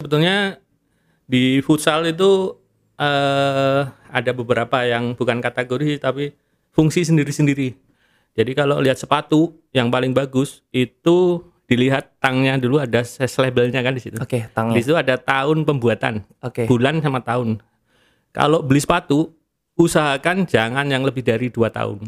sebetulnya di futsal itu ada beberapa yang bukan kategori tapi fungsi sendiri-sendiri. Jadi kalau lihat sepatu yang paling bagus itu dilihat tangnya dulu, ada size labelnya kan di situ. Oke, tangnya. Di situ ada tahun pembuatan, bulan sama tahun. Kalau beli sepatu usahakan jangan yang lebih dari 2 tahun.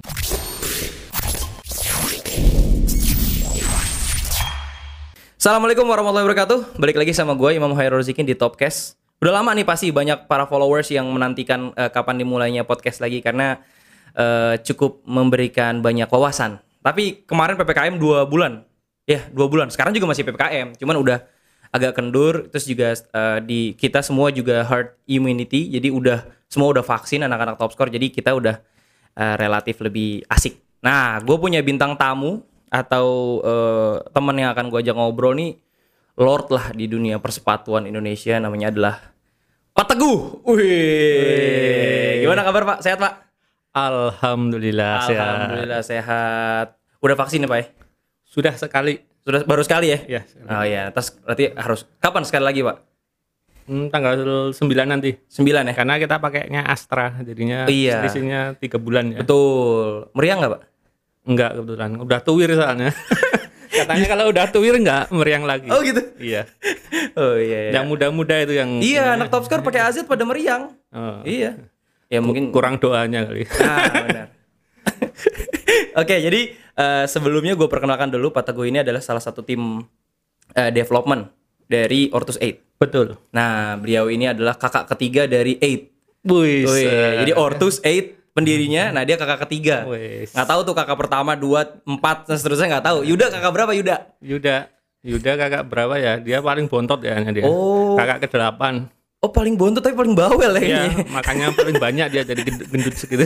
Assalamualaikum warahmatullahi wabarakatuh. Balik lagi sama gue Imam Hairul Zikin di Topcast. Udah lama nih pasti banyak para followers yang menantikan kapan dimulainya podcast lagi, karena cukup memberikan banyak wawasan. Tapi kemarin PPKM 2 bulan. Ya 2 bulan. Sekarang juga masih PPKM, cuman udah agak kendur. Terus juga di kita semua juga herd immunity. Jadi semua udah vaksin, anak-anak top score. Jadi kita udah relatif lebih asik. Nah, gue punya bintang tamu atau teman yang akan gue ajak ngobrol nih, Lord lah di dunia persepatuan Indonesia, namanya adalah Pak Teguh. Wih. Gimana kabar Pak? Sehat Pak? Alhamdulillah sehat. Udah vaksin ya Pak ya? Sudah sekali. Sudah baru sekali ya? Ya. Oh iya, terus berarti harus kapan sekali lagi Pak? Tanggal 9 nanti. 9 ya? Karena kita pakainya Astra, jadinya Iya. selisihnya 3 bulan ya. Betul. Meriang nggak Pak? Enggak, kebetulan udah tuwir soalnya. Katanya kalau udah tuwir enggak meriang lagi. Oh gitu? Iya. Oh iya. Yang muda-muda itu yang Iya, anak top score pakai AZ pada meriang. Oh. Iya. Ya mungkin kurang doanya kali. Benar. Oke, jadi sebelumnya gue perkenalkan dulu, Pak Teguh ini adalah salah satu tim development dari Ortus 8. Betul. Nah, beliau ini adalah kakak ketiga dari 8. Wih. Jadi Ortus 8 pendirinya, nah dia kakak ketiga. Wis. Nggak tahu tuh kakak pertama, 2, 4 dan seterusnya nggak tahu. Yuda kakak berapa Yuda? Yuda kakak berapa ya? Dia paling bontot ya dia. Oh. Kakak ke-8. Oh, paling bontot tapi paling bawel ya Iya, ini. makanya paling banyak dia jadi gendut segitu.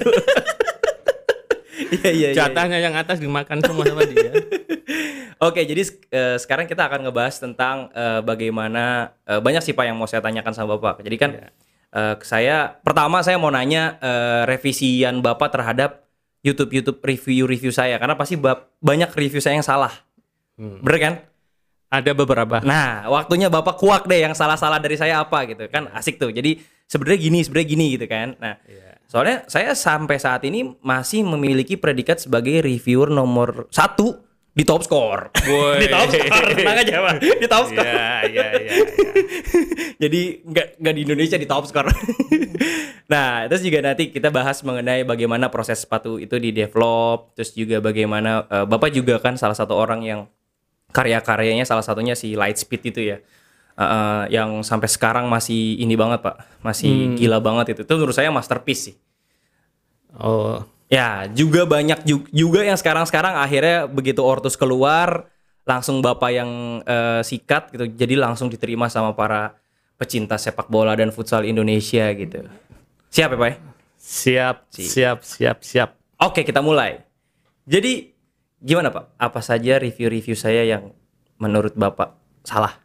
Iya. Jatahnya yang atas dimakan semua sama dia. Oke, jadi sekarang kita akan ngebahas tentang bagaimana banyak sih Pak yang mau saya tanyakan sama Bapak. Jadi kan saya mau nanya revisian Bapak terhadap YouTube review saya, karena pasti banyak review saya yang salah. Bener kan? Ada beberapa. Nah, waktunya Bapak kuak deh yang salah-salah dari saya apa gitu kan, asik tuh. Jadi sebenarnya gini gitu kan. Nah, soalnya saya sampai saat ini masih memiliki predikat sebagai reviewer nomor 1 di Top Score. Di Top Score, tenang aja Pak. Di Top Score. Iya. Jadi nggak di Indonesia, di Top Score. Nah, terus juga nanti kita bahas mengenai bagaimana proses sepatu itu di develop, terus juga bagaimana Bapak juga kan salah satu orang yang karya-karyanya salah satunya si Lightspeed itu ya. Yang sampai sekarang masih ini banget Pak, masih gila banget itu menurut saya masterpiece sih. Oh ya, juga banyak juga yang sekarang akhirnya begitu Ortus keluar langsung Bapak yang sikat gitu, jadi langsung diterima sama para pecinta sepak bola dan futsal Indonesia gitu. Siap ya Pak? Siap. Oke, kita mulai. Jadi gimana Pak? Apa saja review saya yang menurut Bapak salah?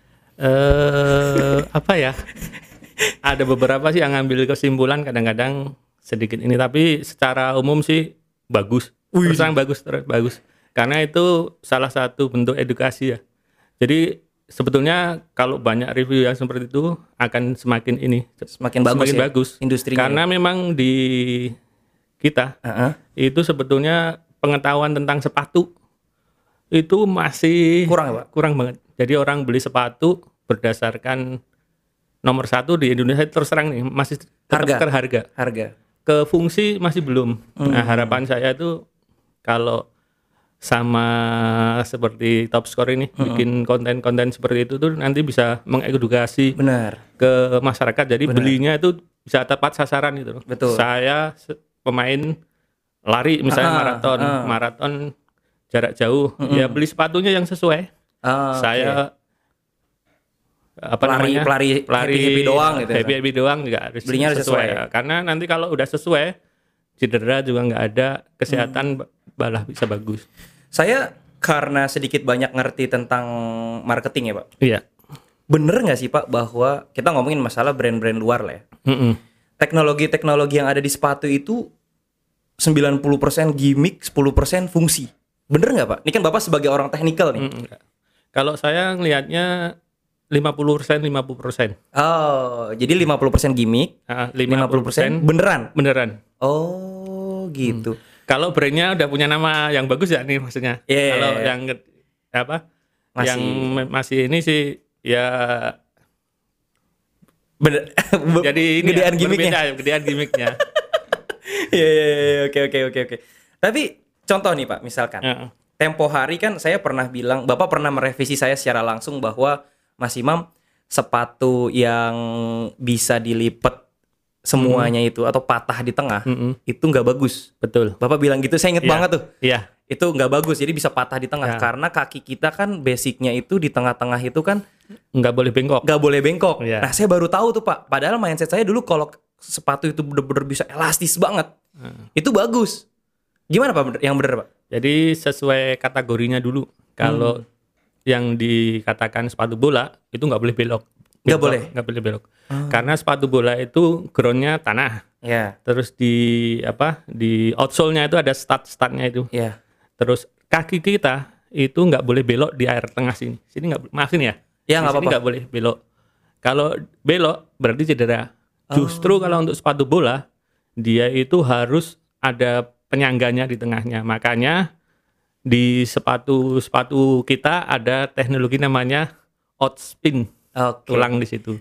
Apa ya? Ada beberapa sih yang ngambil kesimpulan kadang-kadang sedikit ini, tapi secara umum sih bagus. Terus terang bagus. Karena itu salah satu bentuk edukasi ya. Jadi sebetulnya kalau banyak review yang seperti itu akan semakin bagus industrinya. Karena memang di kita itu sebetulnya pengetahuan tentang sepatu itu masih kurang ya Pak? Kurang banget. Jadi orang beli sepatu berdasarkan nomor 1 di Indonesia terus terang nih masih tetap harga. Ke fungsi masih belum. Nah, harapan saya itu kalau sama seperti Top Score ini bikin konten-konten seperti itu tuh nanti bisa mengedukasi ke masyarakat. Jadi belinya itu bisa tepat sasaran gitu. Betul. Saya pemain lari misalnya maraton jarak jauh, ya beli sepatunya yang sesuai. Saya pelari happy doang gitu. Happy doang juga harus belinya sesuai. Ya. Karena nanti kalau udah sesuai, cedera juga nggak ada, kesehatan malah bisa bagus. Saya karena sedikit banyak ngerti tentang marketing ya Pak. Iya. Bener nggak sih Pak bahwa kita ngomongin masalah brand-brand luar lah ya. Teknologi-teknologi yang ada di sepatu itu 90% gimmick, 10% fungsi. Bener nggak Pak? Ini kan Bapak sebagai orang teknikal nih. Kalau saya ngelihatnya 50%, 50%. Oh, jadi 50% gimmick, 50% beneran? Beneran. Oh, gitu. Kalau brandnya udah punya nama yang bagus ya nih maksudnya. Kalau yang apa? Yang masih ini sih ya jadi ini gedean ya, gimmicknya. Gedean gimmicknya. Iya, oke. Tapi contoh nih Pak, misalkan tempo hari kan saya pernah bilang, Bapak pernah merevisi saya secara langsung bahwa Mas Imam sepatu yang bisa dilipat semuanya itu atau patah di tengah itu nggak bagus. Betul. Bapak bilang gitu, saya inget banget tuh. Iya. Itu nggak bagus, jadi bisa patah di tengah karena kaki kita kan basicnya itu di tengah-tengah itu kan nggak boleh bengkok. Nggak boleh bengkok. Yeah. Nah saya baru tahu tuh Pak. Padahal mindset saya dulu kalau sepatu itu bener-bener bisa elastis banget, itu bagus. Gimana Pak? Yang bener Pak? Jadi sesuai kategorinya dulu. Kalau yang dikatakan sepatu bola itu nggak boleh belok. Nggak boleh belok. Karena sepatu bola itu groundnya tanah. Yeah. Terus di outsole-nya itu ada stud-studnya itu. Yeah. Terus kaki kita itu nggak boleh belok di air tengah sini. Sini nggak, maafin ya. Ya nggak apa-apa. Nggak boleh belok. Kalau belok berarti cedera. Justru kalau untuk sepatu bola dia itu harus ada penyangganya di tengahnya. Makanya di sepatu kita ada teknologi namanya outspin. Tulang di situ.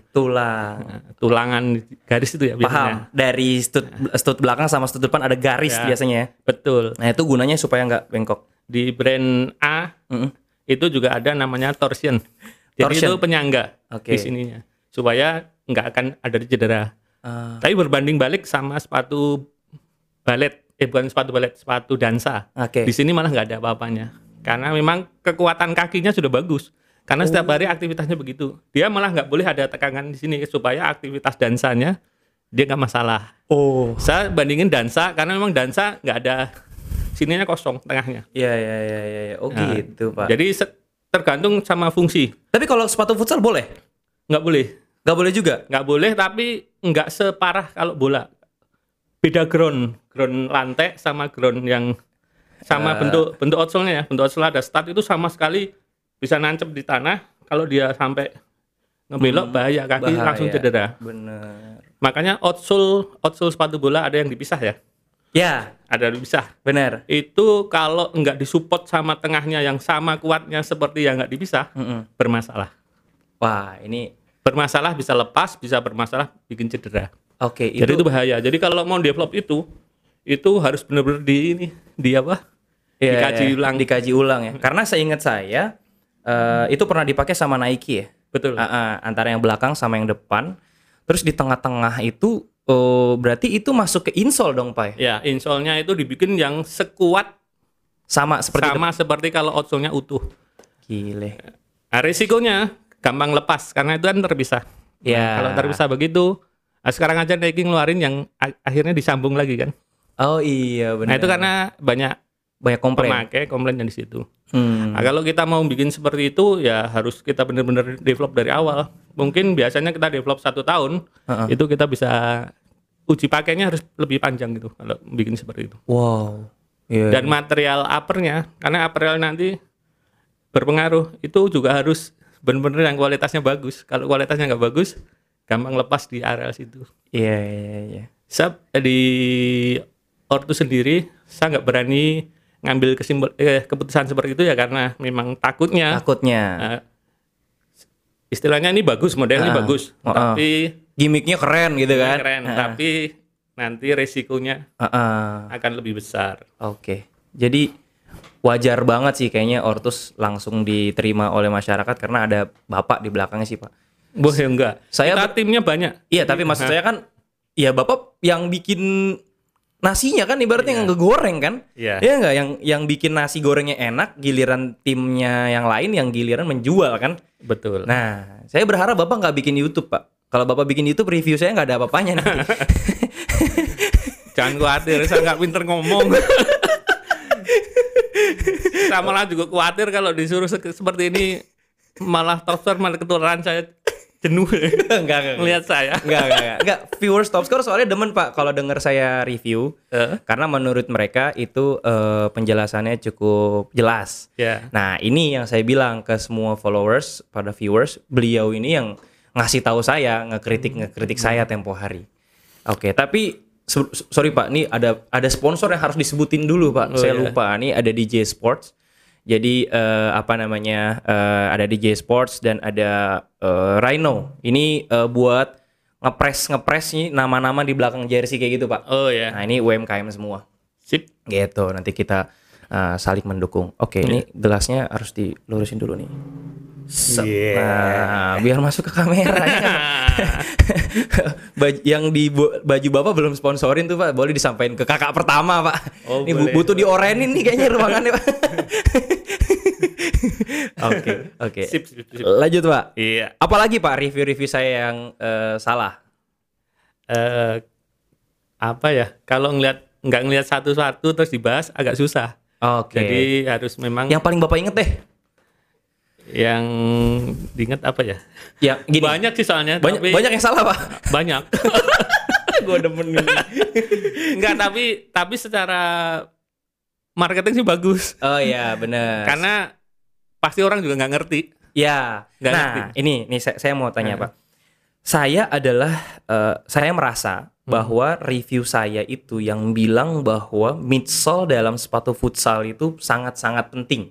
Tulangan garis itu ya biasanya. Paham. Dari stud belakang sama stud depan ada garis biasanya. Betul. Nah itu gunanya supaya nggak bengkok. Di brand A itu juga ada namanya torsion. Jadi itu penyangga di sininya supaya nggak akan ada cedera. Tapi berbanding balik sama sepatu balet, bukan sepatu balet, sepatu dansa. Di sini malah nggak ada apa-apanya. Karena memang kekuatan kakinya sudah bagus. Karena setiap hari aktivitasnya begitu. Dia malah nggak boleh ada tekanan di sini supaya aktivitas dansanya dia nggak masalah. Saya bandingin dansa karena memang dansa nggak ada sininya kosong tengahnya. Iya. Gitu Pak. Jadi tergantung sama fungsi. Tapi kalau sepatu futsal boleh? Nggak boleh. Nggak boleh juga? Nggak boleh, tapi nggak separah kalau bola. Beda ground lantai sama ground yang sama bentuk outsole-nya ya. Bentuk outsole ada stud itu sama sekali bisa nancep di tanah. Kalau dia sampai ngebelok bahaya, kaki langsung cedera. Bener. Makanya outsole sepatu bola ada yang dipisah ya. Ya, ada yang dipisah. Benar. Itu kalau nggak disupport sama tengahnya yang sama kuatnya seperti yang nggak dipisah, bermasalah. Wah, ini bermasalah, bisa lepas, bisa bermasalah bikin cedera. Oke, jadi itu bahaya. Jadi kalau mau develop itu harus benar-benar dikaji ulang ya. Karena seingat saya itu pernah dipakai sama Nike ya. Betul. Antara yang belakang sama yang depan. Terus di tengah-tengah itu berarti itu masuk ke insole dong Pak? Ya, insole-nya itu dibikin yang sekuat sama seperti kalau outsole-nya utuh. Gile. Nah, risikonya gampang lepas karena itu kan terpisah. Ya. Kalau terpisah begitu, sekarang aja Nike ngeluarin yang akhirnya disambung lagi kan. Oh iya benar. Nah itu karena banyak komplain yang di situ. Nah, kalau kita mau bikin seperti itu ya harus kita benar-benar develop dari awal. Mungkin biasanya kita develop 1 tahun, itu kita bisa uji pakainya harus lebih panjang gitu kalau bikin seperti itu. Wow. Yeah. Dan material uppernya, karena uppernya nanti berpengaruh, itu juga harus benar-benar yang kualitasnya bagus. Kalau kualitasnya nggak bagus, gampang lepas di area situ. Iya. Saya di Ortus sendiri, saya nggak berani ngambil keputusan seperti itu ya karena memang takutnya. Istilahnya ini bagus, modelnya bagus, tapi gimmicknya keren gitu kan. Keren, tapi nanti resikonya akan lebih besar. Oke. Jadi wajar banget sih kayaknya Ortus langsung diterima oleh masyarakat karena ada Bapak di belakangnya sih Pak. Boleh enggak? Kita timnya banyak. Iya, tapi maksud saya kan ya Bapak yang bikin nasinya kan ibaratnya yang ngegoreng kan. Iya enggak? Yang bikin nasi gorengnya enak, giliran timnya yang lain yang giliran menjual kan. Betul. Nah, saya berharap Bapak nggak bikin YouTube Pak. Kalau Bapak bikin YouTube, review saya nggak ada apa-apanya nanti. Jangan khawatir, saya nggak pinter ngomong. Saya malah juga khawatir kalau disuruh seperti ini malah terus malah ketularan saya jenuh enggak. Melihat saya. Enggak. Viewers Top Score soalnya demen Pak kalau denger saya review. Karena menurut mereka itu penjelasannya cukup jelas. Yeah. Nah, ini yang saya bilang ke semua followers, pada viewers, beliau ini yang ngasih tahu saya, ngekritik saya tempo hari. Oke, tapi sorry Pak, ini ada sponsor yang harus disebutin dulu Pak. Saya lupa. Ini ada DJ Sports. Jadi ada DJ Sports dan ada Rhino. Ini buat ngepres nih nama-nama di belakang jersey kayak gitu Pak. Oh ya. Nah ini UMKM semua. Sip. Gitu. Nanti kita saling mendukung. Oke, ini gelasnya harus dilurusin dulu nih. Nah, biar masuk ke kamera ya. Yang di baju Bapak belum sponsorin tuh Pak. Boleh disampaikan ke kakak pertama Pak. Oh, ini boleh. butuh diorenin nih kayaknya ruangannya Pak. Oke. Sip. Lanjut Pak. Iya. Apalagi Pak review-review saya yang salah? Apa ya? Kalau nggak ngelihat satu-satu terus dibahas agak susah. Oke. Jadi harus memang yang paling Bapak inget deh. Yang diingat apa ya? Ya, gini. Banyak sih soalnya. Banyak yang salah Pak. Banyak. Gue demen ini. Enggak, tapi secara marketing sih bagus. Oh iya, benar. Karena pasti orang juga nggak ngerti. Ya. Ngerti. Ini saya mau tanya Pak. Saya merasa bahwa review saya itu yang bilang bahwa midsole dalam sepatu futsal itu sangat-sangat penting.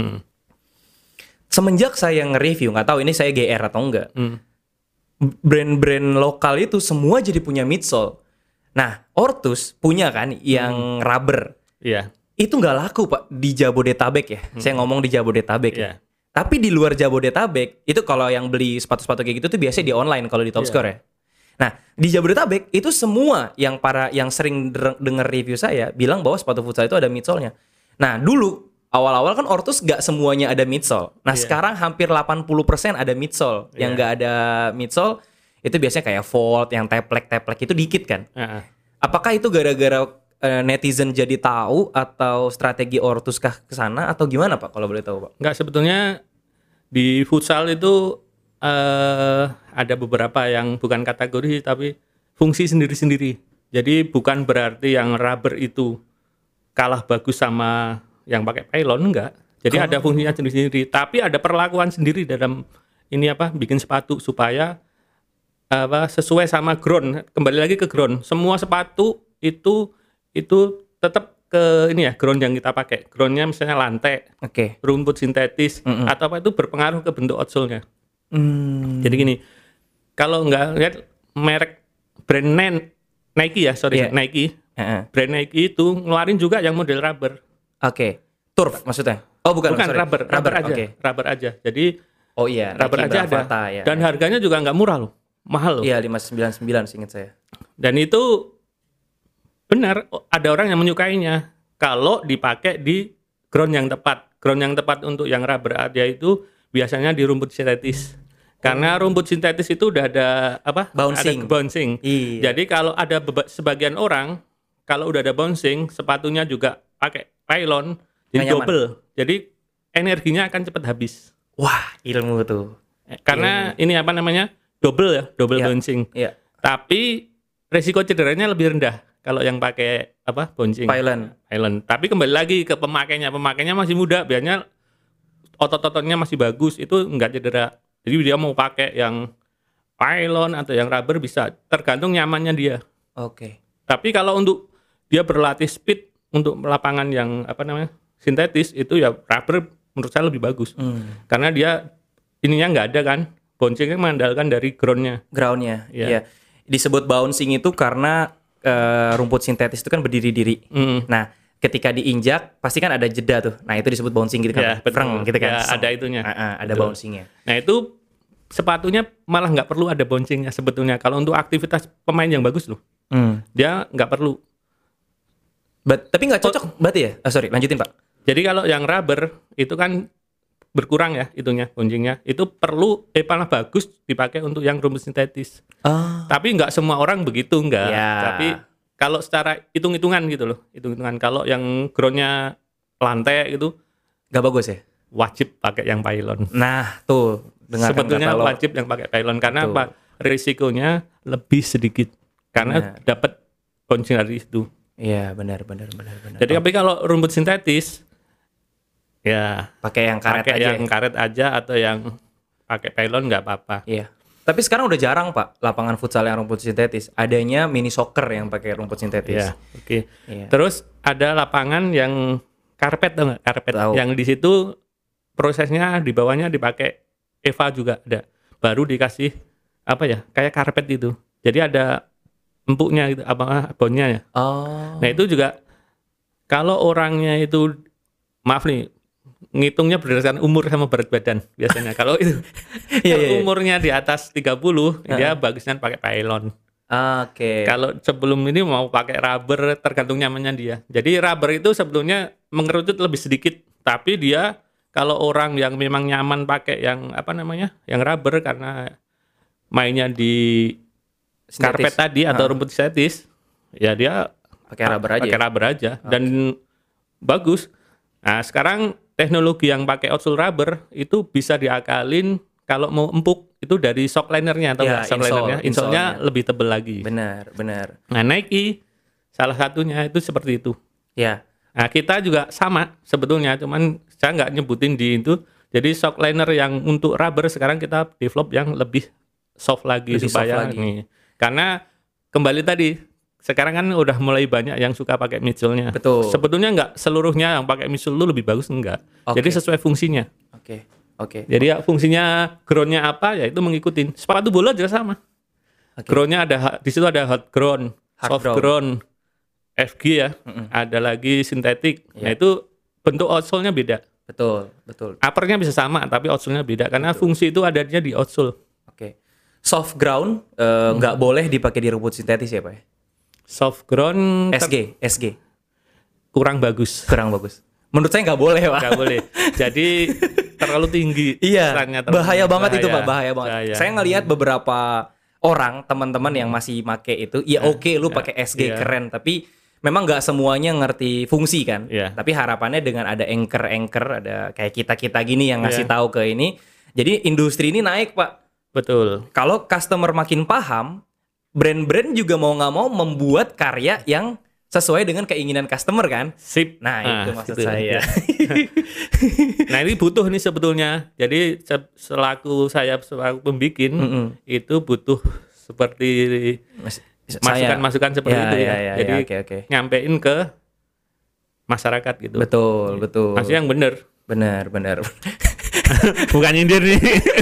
Semenjak saya nge-review, nggak tahu ini saya GR atau enggak, brand-brand lokal itu semua jadi punya midsole. Nah, Ortus punya kan yang rubber. Iya. Itu nggak laku Pak di Jabodetabek ya. Saya ngomong di Jabodetabek ya. Tapi di luar Jabodetabek, itu kalau yang beli sepatu-sepatu kayak gitu tuh biasanya di online kalau di Top Score ya. Nah, di Jabodetabek itu semua yang sering denger review saya bilang bahwa sepatu futsal itu ada midsole-nya. Nah, dulu awal-awal kan Ortus gak semuanya ada midsole. Nah, sekarang hampir 80% ada midsole. Yang gak ada midsole itu biasanya kayak Volt, yang teplek-teplek itu dikit kan. Apakah itu gara-gara netizen jadi tahu atau strategi Ortus kah ke sana atau gimana Pak kalau boleh tahu Pak? Enggak, sebetulnya di futsal itu ada beberapa yang bukan kategori tapi fungsi sendiri-sendiri. Jadi bukan berarti yang rubber itu kalah bagus sama yang pakai pylon, enggak. Jadi ada fungsinya sendiri-sendiri, tapi ada perlakuan sendiri dalam bikin sepatu supaya sesuai sama ground. Kembali lagi ke ground. Semua sepatu itu tetap ke ground yang kita pakai. Groundnya misalnya lantai, rumput sintetis atau apa itu berpengaruh ke bentuk outsole-nya. Jadi gini, kalau nggak lihat merek brand Nike Nike, brand Nike itu ngeluarin juga yang model rubber. Turf maksudnya? Oh bukan rubber aja. Rubber aja. Jadi rubber aja ada. Ya. Dan harganya juga nggak murah loh, mahal loh. Iya 599 seingat saya. Dan itu benar ada orang yang menyukainya kalau dipakai di ground yang tepat. Ground yang tepat untuk yang rubber aja itu biasanya di rumput sintetis. Karena rumput sintetis itu udah ada bouncing. Iya. Jadi kalau ada sebagian orang kalau udah ada bouncing, sepatunya juga pakai pylon, jadi double. Jadi energinya akan cepat habis. Wah, ilmu tuh. Karena ini double bouncing. Iya. Tapi resiko cederanya lebih rendah kalau yang pakai bouncing. Pylon. Tapi kembali lagi ke pemakainya. Pemakainya masih muda, biasanya otot-ototnya masih bagus, itu enggak cedera. Jadi dia mau pakai yang pylon atau yang rubber bisa, tergantung nyamannya dia. Tapi kalau untuk dia berlatih speed untuk lapangan yang sintetis itu ya rubber menurut saya lebih bagus. Karena dia ininya nggak ada kan, bouncingnya mengandalkan dari groundnya. Iya. Disebut bouncing itu karena rumput sintetis itu kan berdiri-diri. Nah, ketika diinjak pasti kan ada jeda tuh. Nah, itu disebut bouncing gitu kan. Freng gitu kan. Ya, ada itunya. Ada bouncingnya. Nah, itu sepatunya malah nggak perlu ada bouncingnya sebetulnya. Kalau untuk aktivitas pemain yang bagus loh, dia nggak perlu. Tapi nggak cocok berarti ya? Lanjutin Pak. Jadi kalau yang rubber itu kan berkurang ya itunya, bouncingnya. Itu perlu malah bagus dipakai untuk yang rumput sintetis. Tapi nggak semua orang begitu, nggak. Tapi kalau secara hitung-hitungan gitu loh, kalau yang groundnya lantai gitu nggak bagus ya? Wajib pakai yang pylon. Nah tuh Sebetulnya wajib yang pakai pylon karena apa? Risikonya lebih sedikit karena dapat bouncing dari itu. Iya, benar. Jadi tapi kalau rumput sintetis ya pakai yang karet aja atau yang pakai pylon nggak apa-apa. Iya. Tapi sekarang udah jarang Pak lapangan futsal yang rumput sintetis. Adanya mini soccer yang pakai rumput sintetis. Iya, oke. Iya. Terus ada lapangan yang karpet tuh nggak? Karpet. Yang di situ prosesnya di bawahnya dipakai EVA juga ada. Baru dikasih apa ya? Kayak karpet itu. Jadi ada empuknya gitu, bonnya ya. Oh. Nah, itu juga kalau orangnya itu maaf nih, ngitungnya berdasarkan umur sama berat badan biasanya. Kalau itu umurnya di atas 30, dia bagusnya pakai pylon. Oke. Kalau sebelum ini mau pakai rubber tergantung nyamannya dia. Jadi rubber itu sebetulnya mengerucut lebih sedikit, tapi dia kalau orang yang memang nyaman pakai yang yang rubber karena mainnya di karpet tadi atau rumput sintetis, ya dia pakai rubber aja. Dan bagus. Nah, sekarang teknologi yang pakai outsole rubber itu bisa diakalin kalau mau empuk itu dari shock linernya atau shock linernya, insole-nya lebih tebal lagi. Benar. Nah, Nike salah satunya itu seperti itu. Ya. Nah, kita juga sama sebetulnya, cuman saya nggak nyebutin di itu. Jadi shock liner yang untuk rubber sekarang kita develop yang lebih soft lagi supaya nih. Karena kembali tadi sekarang kan udah mulai banyak yang suka pakai midsole-nya. Betul. Sebetulnya nggak seluruhnya yang pakai midsole itu lebih bagus, enggak. Jadi sesuai fungsinya. Oke. Jadi ya fungsinya ground-nya apa ya itu mengikutin. Sepatu bola juga sama. Ground-nya ada di situ ada hard ground, soft ground, FG ya. Ada lagi sintetik. Nah itu bentuk outsole-nya beda. Betul. Upper-nya bisa sama tapi outsole-nya beda karena fungsi itu adanya di outsole. Oke. Soft ground nggak boleh dipakai di rumput sintetis ya Pak ya? Soft ground SG kurang bagus. Menurut saya nggak boleh Pak. Nggak boleh. Jadi terlalu tinggi. Iya. Bahaya banget itu Pak. Bahaya banget. Saya ngelihat beberapa orang teman-teman yang masih make itu, lu pakai SG keren, tapi memang nggak semuanya ngerti fungsi kan. Tapi harapannya dengan ada anchor, ada kayak kita gini yang ngasih tahu ke ini, jadi industri ini naik Pak. Betul. Kalau customer makin paham, brand-brand juga mau nggak mau membuat karya yang sesuai dengan keinginan customer kan. Sip. Nah itu maksud saya. Nah ini butuh nih sebetulnya. Jadi selaku pembikin itu butuh seperti masukan seperti itu ya. Jadi nyampein ke masyarakat gitu. Betul. Masih yang benar. Benar. Bukan nyindir nih.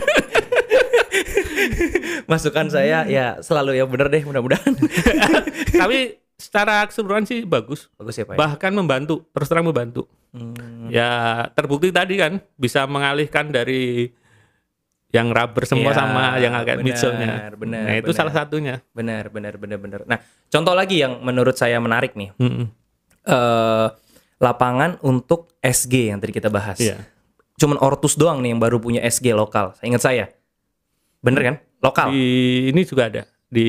Masukan saya ya selalu yang benar deh mudah-mudahan. Tapi secara keseluruhan sih bagus ya Pak. Bahkan membantu, terus terang membantu. Ya terbukti tadi kan bisa mengalihkan dari yang rubber semua sama yang agak midsole-nya. Nah itu salah satunya. Benar. Nah contoh lagi yang menurut saya menarik nih, lapangan untuk SG yang tadi kita bahas. Cuman Ortus doang nih yang baru punya SG lokal. Ingat saya. Bener kan? Lokal. Ini juga ada di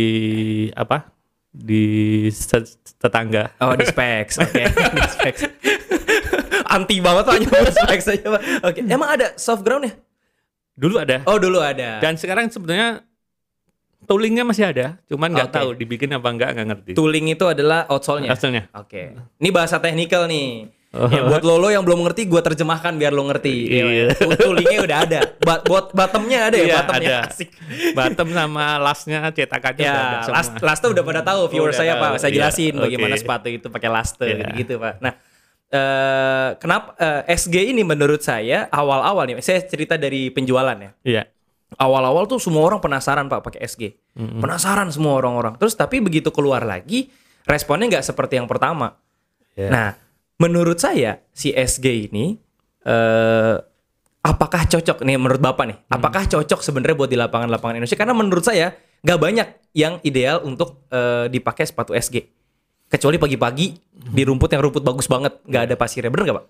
di tetangga. Oh di Specs. Oke. Di Specs. Anti banget Pak nyebut Specs aja Pak. Oke. Emang ada soft ground ya? Dulu ada. Oh dulu ada. Dan sekarang sebetulnya toolingnya masih ada, cuman nggak tahu dibikin apa nggak ngerti. Tooling itu adalah outsole-nya. Oke. Ini bahasa teknikal nih. Ya, buat lo yang belum ngerti, gue terjemahkan biar lo ngerti. Toolingnya udah ada. Bottomnya ada ya, bottomnya ada. Asik. Bottom sama lastnya cetakannya ya, udah ada semua. Last udah pada tahu viewer saya Pak. Saya jelasin bagaimana sepatu itu pakai last gitu Pak. Nah, kenapa SG ini menurut saya awal-awal nih, saya cerita dari penjualan ya. Iya. Awal-awal tuh semua orang penasaran Pak pakai SG. Penasaran semua orang-orang. Terus tapi begitu keluar lagi, responnya nggak seperti yang pertama. Nah, menurut saya si SG ini apakah cocok nih menurut Bapak nih? Apakah cocok sebenarnya buat di lapangan-lapangan Indonesia? Karena menurut saya nggak banyak yang ideal untuk dipakai sepatu SG. Kecuali pagi-pagi di rumput yang rumput bagus banget, nggak ada pasirnya. Bener nggak Pak?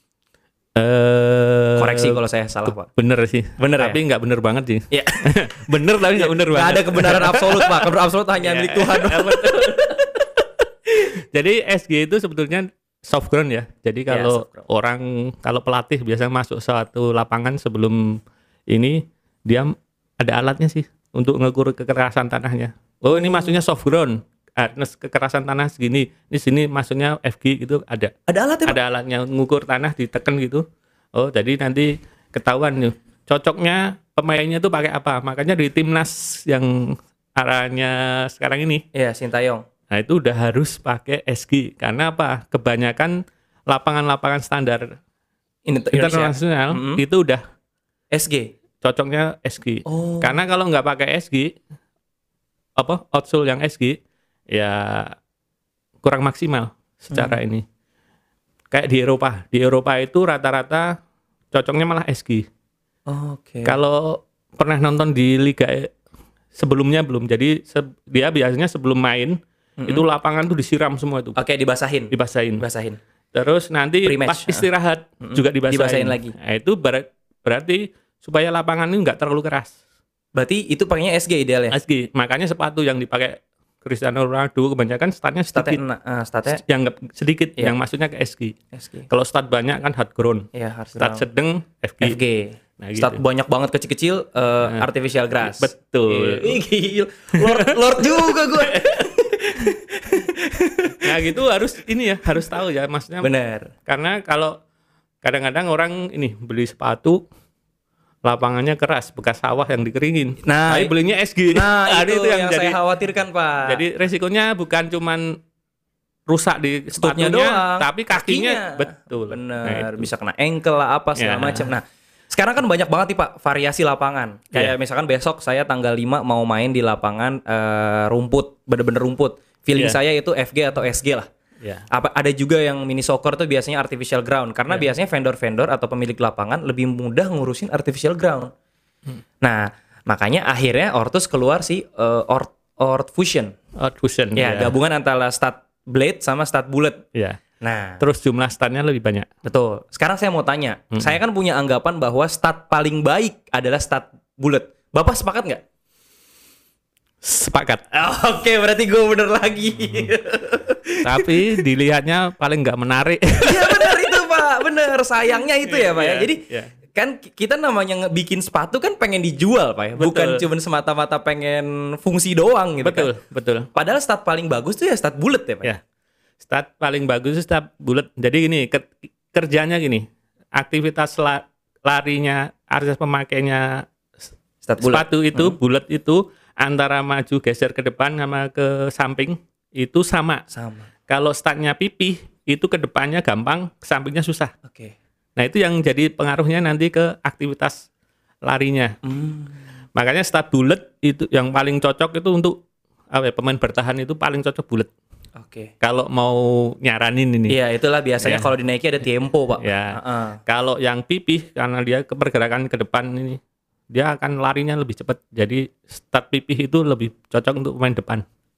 Koreksi kalau saya salah Pak. Bener sih. Bener tapi nggak bener banget sih. Ya. Bener tapi nggak bener banget. Nggak ada kebenaran absolut Pak. Kebenaran absolut hanya milik Tuhan. Betul. Jadi SG itu sebetulnya soft ground ya. Jadi kalau orang, kalau pelatih biasanya masuk suatu lapangan sebelum ini, dia ada alatnya sih untuk ngukur kekerasan tanahnya. Oh ini maksudnya soft ground, kekerasan tanah segini. Ini sini maksudnya FG gitu ada. Ada alatnya? Ada alatnya ngukur tanah ditekan gitu. Oh jadi nanti ketahuan nih cocoknya pemainnya tuh pakai apa. Makanya di timnas yang arahnya sekarang ini. Iya, Sintayong. Nah itu udah harus pakai SG karena apa? Kebanyakan lapangan-lapangan standar internasional itu udah SG. Cocoknya SG. Karena kalau nggak pakai SG, outsole yang SG, ya kurang maksimal secara ini. Kayak di Eropa. Di Eropa itu rata-rata cocoknya malah SG. Kalau pernah nonton di Liga sebelumnya belum. Jadi dia biasanya sebelum main, itu lapangan tuh disiram semua itu. Dibasahin. Dibasahin. Terus nanti pas istirahat juga dibasahin lagi. Nah, itu berarti supaya lapangan ini nggak terlalu keras. Berarti itu pakainya SG ideal ya? SG. Makanya sepatu yang dipakai Cristiano Ronaldo kebanyakan statnya sedikit. Statnya yang sedikit, yang maksudnya ke SG. Kalau stat banyak kan hard ground. Stat sedang FG. Nah, stat gitu. Banyak banget kecil-kecil artificial grass. Betul. Gila. Lord juga gue. Nah gitu harus tahu ya maksudnya. Benar. Karena kalau kadang-kadang orang ini beli sepatu lapangannya keras, bekas sawah yang dikeringin. Nah, belinya SG. Nah, itu yang saya khawatirkan, Pak. Jadi resikonya bukan cuman rusak di sepatunya doang, tapi kakinya. Betul. Bener. Nah, bisa kena ankle lah apa segala macam. Nah, sekarang kan banyak banget nih Pak variasi lapangan. Kayak misalkan besok saya tanggal 5 mau main di lapangan rumput, bener-bener rumput. Feeling saya itu FG atau SG lah. Ada juga yang mini soccer tuh biasanya artificial ground karena biasanya vendor-vendor atau pemilik lapangan lebih mudah ngurusin artificial ground. Nah, makanya akhirnya Ortus keluar si Ort Fusion. Gabungan antara stat blade sama stat bullet. Nah, terus jumlah statnya lebih banyak. Betul. Sekarang saya mau tanya, saya kan punya anggapan bahwa stat paling baik adalah stat bullet. Bapak sepakat nggak? Sepakat. Oke, berarti gue bener lagi. Tapi dilihatnya paling nggak menarik. Iya benar itu Pak, bener. Sayangnya itu ya Pak ya. Jadi kan kita namanya bikin sepatu kan pengen dijual Pak ya. Bukan cuma semata-mata pengen fungsi doang gitu. Betul. Padahal stat paling bagus tuh ya stat bullet ya Pak. Stat paling bagus itu stat bullet. Jadi gini, kerjanya gini. Aktivitas larinya, aktivitas pemakainya sepatu itu, bullet itu antara maju geser ke depan sama ke samping itu sama. Kalau statnya pipih itu ke depannya gampang, ke sampingnya susah. Nah itu yang jadi pengaruhnya nanti ke aktivitas larinya. Makanya stat bullet itu yang paling cocok itu untuk pemain bertahan itu paling cocok bullet. Kalau mau nyaranin ini. Iya itulah biasanya kalau dinaiki ada tempo Pak. Kalau yang pipih karena dia pergerakan ke depan ini dia akan larinya lebih cepat. Jadi stat pipih itu lebih cocok untuk pemain depan.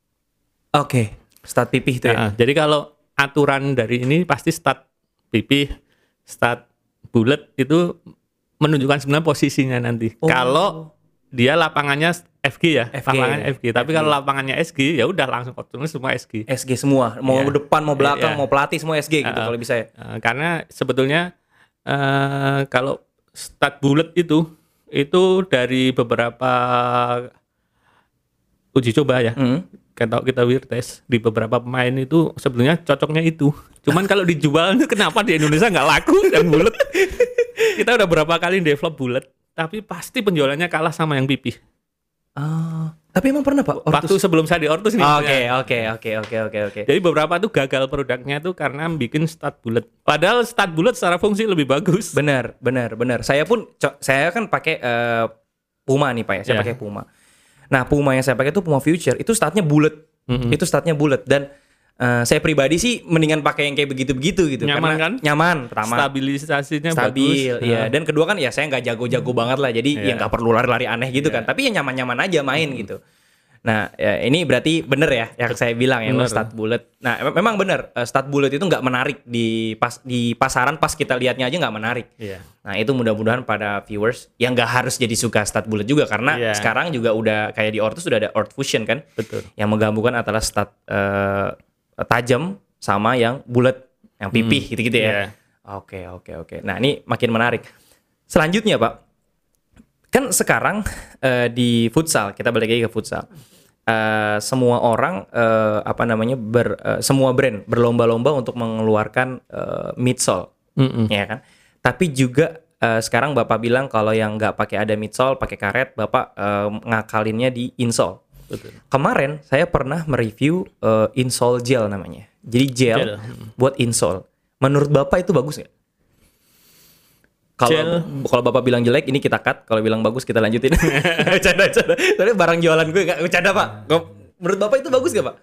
Stat pipih itu ya. Jadi kalau aturan dari ini pasti stat pipih, stat bullet itu menunjukkan sebenarnya posisinya nanti. Kalau dia lapangannya FG ya, lapangannya FG. Tapi kalau lapangannya SG ya udah langsung tulis semua SG. SG semua, mau depan, mau belakang, mau pelatih semua SG gitu kalau bisa ya. Karena sebetulnya kalau stat bullet itu dari beberapa uji coba ya. Kita weird test di beberapa pemain itu sebetulnya cocoknya itu. Cuman kalau dijual kenapa di Indonesia nggak laku yang bullet? Kita udah berapa kali develop bullet, tapi pasti penjualannya kalah sama yang pipih. Tapi emang pernah Pak? Waktu sebelum saya di Ortus nih. Oke. Jadi beberapa tuh gagal produknya tuh karena bikin stat bullet. Padahal stat bullet secara fungsi lebih bagus. Benar. Saya kan pakai Puma nih Pak ya. Saya pakai Puma. Nah Puma yang saya pakai itu Puma Future. Itu statnya bullet. Itu statnya bullet dan saya pribadi sih mendingan pakai yang kayak begitu-begitu gitu. Nyaman karena kan? Nyaman. Pertama. Stabilisasinya Stabil, bagus. Iya. Dan kedua kan ya saya nggak jago-jago banget lah. Jadi ya nggak perlu lari-lari aneh gitu kan. Tapi ya nyaman-nyaman aja main gitu. Nah ya ini berarti bener ya yang saya bilang ya stat bullet. Nah memang bener stat bullet itu nggak menarik di pasaran pas kita lihatnya aja nggak menarik. Nah itu mudah-mudahan pada viewers yang nggak harus jadi suka stat bullet juga karena sekarang juga udah kayak di Ortus sudah ada Ort Fusion kan. Betul. Yang menggabungkan antara stat tajam sama yang bulat, yang pipih gitu-gitu ya. Oke. Nah, ini makin menarik. Selanjutnya, Pak. Kan sekarang di futsal, kita balik lagi ke futsal. Semua orang semua brand berlomba-lomba untuk mengeluarkan midsole, ya kan? Tapi juga sekarang Bapak bilang kalau yang nggak pakai ada midsole, pakai karet, Bapak ngakalinnya di insole. Betul. Kemarin saya pernah mereview insole gel namanya. Jadi gel buat insole. Menurut Bapak itu bagus nggak? Kalau Bapak bilang jelek, ini kita cut. Kalau bilang bagus, kita lanjutin. Canda. Soalnya barang jualan gue nggak bercanda, Pak. Menurut Bapak itu bagus nggak, Pak?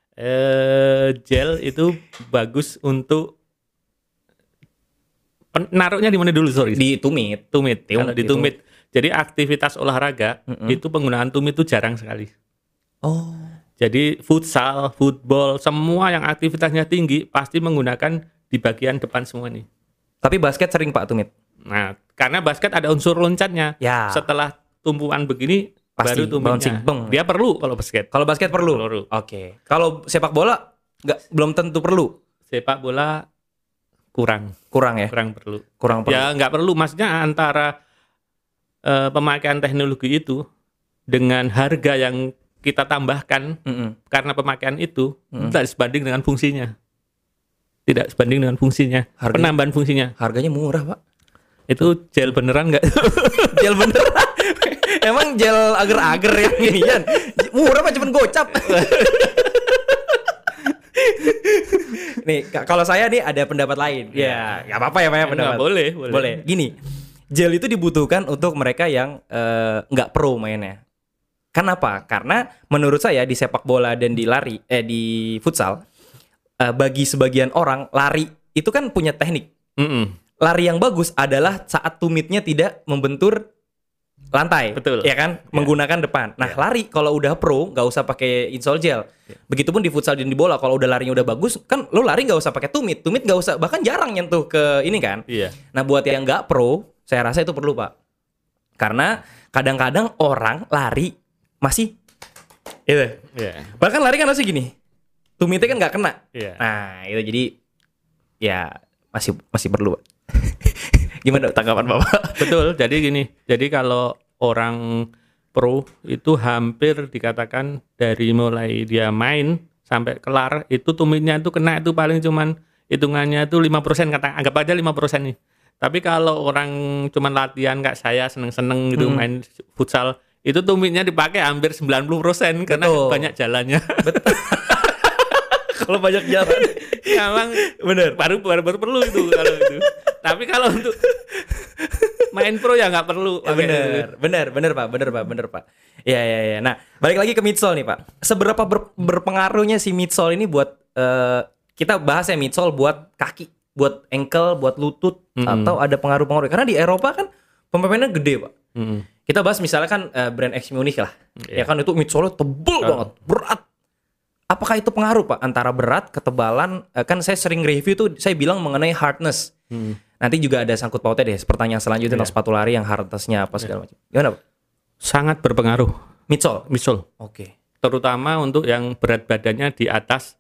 Gel itu bagus untuk naruhnya di mana dulu, sorry? Di tumit. Kalau di tumit. Jadi aktivitas olahraga itu penggunaan tumit itu jarang sekali. Oh. Jadi futsal, football, semua yang aktivitasnya tinggi pasti menggunakan di bagian depan semua nih. Tapi basket sering, Pak, tumit. Nah, karena basket ada unsur loncatnya. Ya. Setelah tumpuan begini pasti baru tumitnya. Dia perlu kalau basket. Kalau basket perlu. Oke. Kalau sepak bola belum tentu perlu. Sepak bola kurang ya. Kurang perlu. Ya nggak perlu. Maksudnya antara pemakaian teknologi itu dengan harga yang kita tambahkan karena pemakaian itu tidak sebanding dengan fungsinya. Penambahan fungsinya. Harganya murah, Pak. Itu gel beneran nggak? Gel beneran? Emang gel agar-agar yang ginian? Murah Pak, cuman gocap. Nih, kalau saya nih ada pendapat lain. Ya, nggak apa-apa ya Pak ya pendapat. Boleh. Gini, gel itu dibutuhkan untuk mereka yang nggak pro mainnya. Kenapa? Karena menurut saya di sepak bola dan di futsal, bagi sebagian orang lari itu kan punya teknik. Lari yang bagus adalah saat tumitnya tidak membentur lantai. Betul. Ya kan? Menggunakan depan. Nah, lari kalau udah pro nggak usah pakai insole gel. Begitupun di futsal dan di bola, kalau udah larinya udah bagus, kan lo lari nggak usah pakai tumit nggak usah, bahkan jarang nyentuh ke ini kan. Nah, buat yang nggak pro, saya rasa itu perlu, Pak. Karena kadang-kadang orang lari masih itu. Bahkan lari kan masih gini. Tumitnya kan nggak kena. Nah, itu jadi ya masih perlu, Pak. Gimana tanggapan Bapak? Betul, jadi gini. Jadi kalau orang pro itu hampir dikatakan dari mulai dia main sampai kelar itu tumitnya itu kena itu paling cuman hitungannya itu 5%, anggap aja 5% nih. Tapi kalau orang cuman latihan kayak saya seneng-seneng gitu main futsal, itu tumitnya dipakai hampir 90% karena banyak jalannya. Betul. Kalau banyak jalan. Memang benar. Baru perlu itu kalau itu. Tapi kalau untuk main pro ya nggak perlu. Benar Pak. Ya. Nah, balik lagi ke midsole nih Pak. Seberapa berpengaruhnya si midsole ini buat kita bahas ya midsole buat kaki, buat ankle, buat lutut atau ada pengaruh-pengaruh? Karena di Eropa kan pemainnya gede Pak. Kita bahas misalnya kan brand X Munich lah. Ya kan itu midsole tebel banget, berat. Apakah itu pengaruh Pak antara berat, ketebalan? Kan saya sering review tuh saya bilang mengenai hardness. Nanti juga ada sangkut pautnya deh. Pertanyaan selanjutnya tentang sepatu lari yang hardness-nya apa segala macam. Gimana Pak? Sangat berpengaruh. Midsole. Oke. Terutama untuk yang berat badannya di atas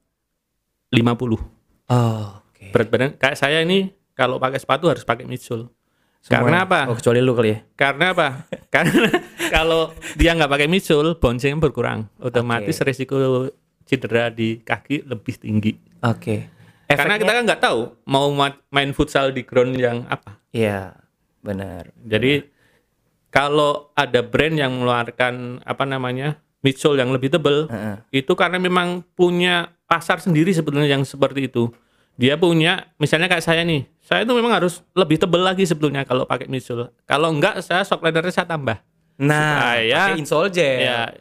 50. Oke. Berat badan kayak saya ini kalau pakai sepatu harus pakai midsole. Karena apa? Kecuali lu kali ya. Karena apa? Karena kalau dia nggak pakai midsole, bouncing berkurang. Otomatis resiko cedera di kaki lebih tinggi. Oke. Karena kita kan nggak tahu mau main futsal di ground yang apa. Iya, benar. Jadi kalau ada brand yang mengeluarkan midsole yang lebih tebal, itu karena memang punya pasar sendiri sebetulnya yang seperti itu. Dia punya, misalnya kayak saya nih, saya itu memang harus lebih tebal lagi sebetulnya kalau pakai midsole. Kalau enggak, saya shock leather-nya saya tambah. Nah, pakai insole gel. Ya.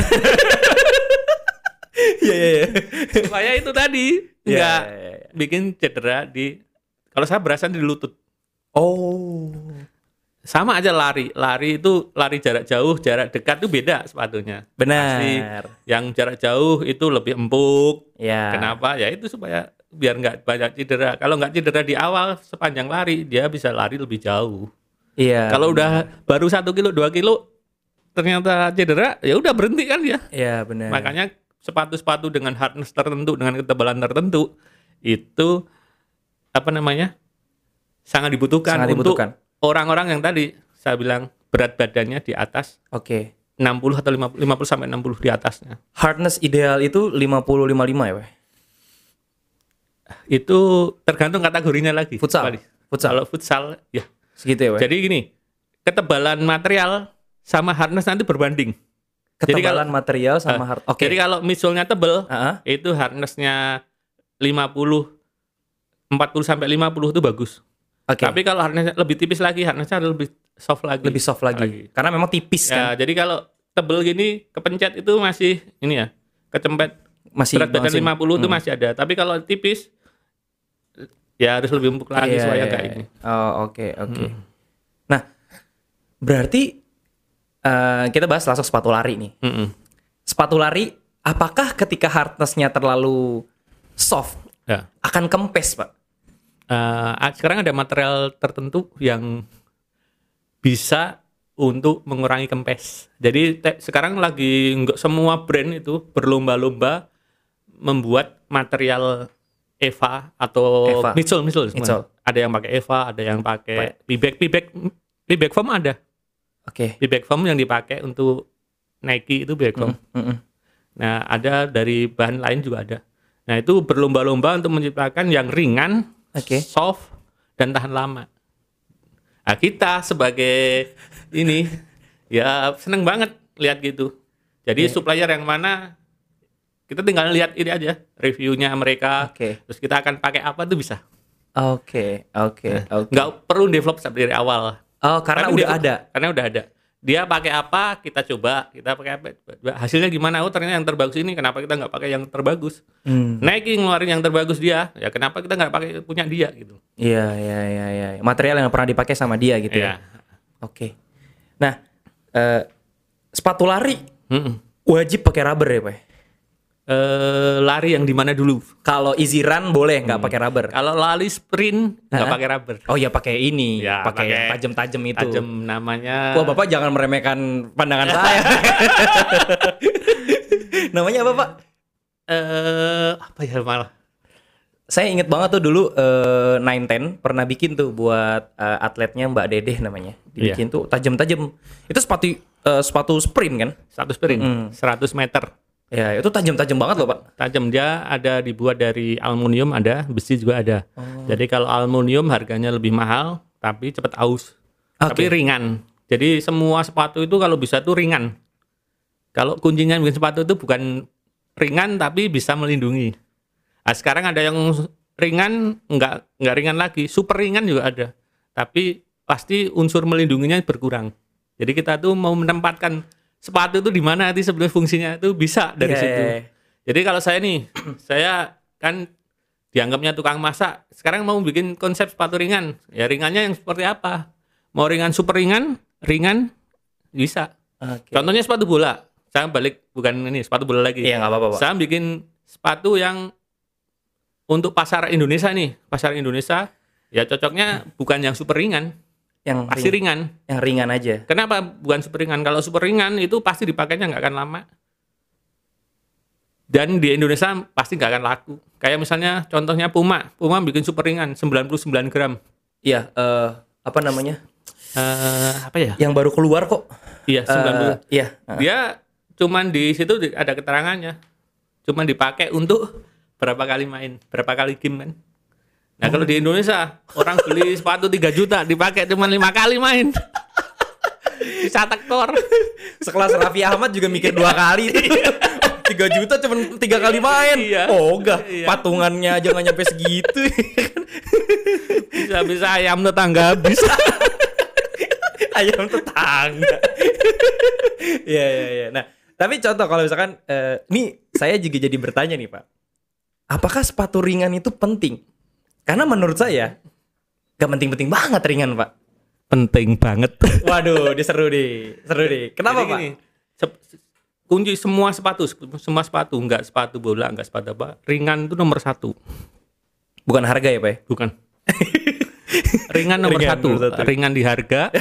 Iya. Supaya itu tadi nggak bikin cedera kalau saya berasa di lutut. Oh. Sama aja lari itu lari jarak jauh, jarak dekat itu beda sepatunya. Benar. Pasti yang jarak jauh itu lebih empuk. Ya. Kenapa? Ya itu supaya biar nggak banyak cedera. Kalau nggak cedera di awal sepanjang lari, dia bisa lari lebih jauh. Iya. Kalau udah baru 1 kilo, 2 kilo ternyata cedera, ya udah berhenti kan ya. Iya, benar. Makanya sepatu-sepatu dengan hardness tertentu, dengan ketebalan tertentu itu sangat dibutuhkan untuk orang-orang yang tadi saya bilang berat badannya di atas. 60 atau 50 sampai 60 di atasnya. Hardness ideal itu 50-55 ya, Pak? Itu tergantung kategorinya lagi. Futsal. Kalau futsal ya segitu ya, Pak? Jadi gini, ketebalan material sama hardness nanti berbanding. Ketebalan material sama hardness. Jadi kalau misalnya tebel, itu hardness-nya 40 sampai 50 itu bagus. Tapi kalau hardness lebih tipis lagi, hardness-nya lebih soft lagi. Lebih soft lagi. Karena memang tipis kan. Jadi kalau tebel gini kepencet itu masih ini ya, kecempet masih berat badan 50 itu masih ada. Tapi kalau tipis ya harus lebih empuk lagi supaya kayak ini. Oke. Nah, berarti kita bahas langsung sepatu lari nih. Sepatu lari, apakah ketika hardness-nya terlalu soft akan kempes, Pak? Sekarang ada material tertentu yang bisa untuk mengurangi kempes. Jadi sekarang lagi nggak semua brand itu berlomba-lomba membuat material EVA atau Mitchell. Ada yang pakai EVA, ada yang pakai P-back foam ada. P-back foam yang dipakai untuk Nike itu p-back foam. Nah, ada dari bahan lain juga ada. Nah, itu berlomba-lomba untuk menciptakan yang ringan, soft, dan tahan lama. Nah, kita sebagai ini ya seneng banget lihat gitu. Jadi supplier yang mana kita tinggal lihat ini aja reviewnya mereka. Terus kita akan pakai apa tuh bisa. Nggak perlu develop dari awal. Karena udah ada. Dia pakai apa, kita coba, kita pakai apa, hasilnya gimana? Ternyata yang terbagus ini, kenapa kita nggak pakai yang terbagus? Nike ngeluarin yang terbagus dia, ya kenapa kita nggak pakai punya dia gitu? Iya. Material yang pernah dipakai sama dia gitu ya. Nah, sepatu lari wajib pakai rubber ya, Pak? Lari yang di mana dulu? Kalau easy run boleh nggak pakai rubber. Kalau lari sprint nggak pakai rubber. Oh ya pakai ini, pakai yang tajam-tajam itu. Tajam namanya. Wah, Bapak jangan meremehkan pandangan saya. Namanya apa, Pak? Apa ya malah? Saya inget banget tuh dulu 910 pernah bikin tuh buat atletnya Mbak Dedeh namanya. Dibikin tuh tajam-tajam. Itu sepatu sprint kan? Sepatu sprint. 100 meter. Ya, itu tajam-tajam banget loh, Pak. Tajam, dia ada dibuat dari aluminium, ada besi juga ada. Jadi kalau aluminium harganya lebih mahal, tapi cepat aus. Tapi ringan. Jadi semua sepatu itu kalau bisa tuh ringan. Kalau kuncinya bikin sepatu itu bukan ringan tapi bisa melindungi. Nah, sekarang ada yang ringan, enggak ringan lagi, super ringan juga ada. Tapi pasti unsur melindunginya berkurang. Jadi kita tuh mau menempatkan sepatu itu di mana nanti sebenarnya fungsinya itu bisa dari situ. Jadi kalau saya nih, saya kan dianggapnya tukang masak. Sekarang mau bikin konsep sepatu ringan. Ya ringannya yang seperti apa? Mau ringan super ringan bisa. Contohnya sepatu bola. Saya balik bukan ini sepatu bola lagi. Iya, nggak apa-apa, Pak. Saya bikin sepatu yang untuk pasar Indonesia nih. Pasar Indonesia ya cocoknya bukan yang super ringan. Yang pasti ringan. Yang ringan aja. Kenapa bukan super ringan? Kalau super ringan itu pasti dipakainya nggak akan lama. Dan di Indonesia pasti nggak akan laku. Kayak misalnya contohnya Puma bikin super ringan 99 gram. Iya, apa namanya? Apa ya? Yang baru keluar kok. Iya, 90. Iya. Dia cuman di situ ada keterangannya. Cuman dipakai untuk berapa kali main, berapa kali game kan. Nah, kalau di Indonesia orang beli sepatu 3 juta dipakai cuma 5 kali main. Bisa tektor. Sekelas Raffi Ahmad juga mikir 2 kali itu. 3 juta cuma 3 kali main. Enggak. Patungannya aja nggak nyampe segitu. Bisa ayam tetangga habis. Ayam tetangga. Iya. Nah, tapi contoh kalau misalkan nih saya juga jadi bertanya nih, Pak. Apakah sepatu ringan itu penting? Karena menurut saya gak penting-penting banget ringan, Pak. Penting banget. Waduh, seru deh. Kenapa, Pak? Gini, kunci semua sepatu, enggak sepatu bola, enggak sepatu apa, ringan itu nomor 1. Bukan harga ya, Pak? Bukan. Ringan nomor 1. Ringan di harga.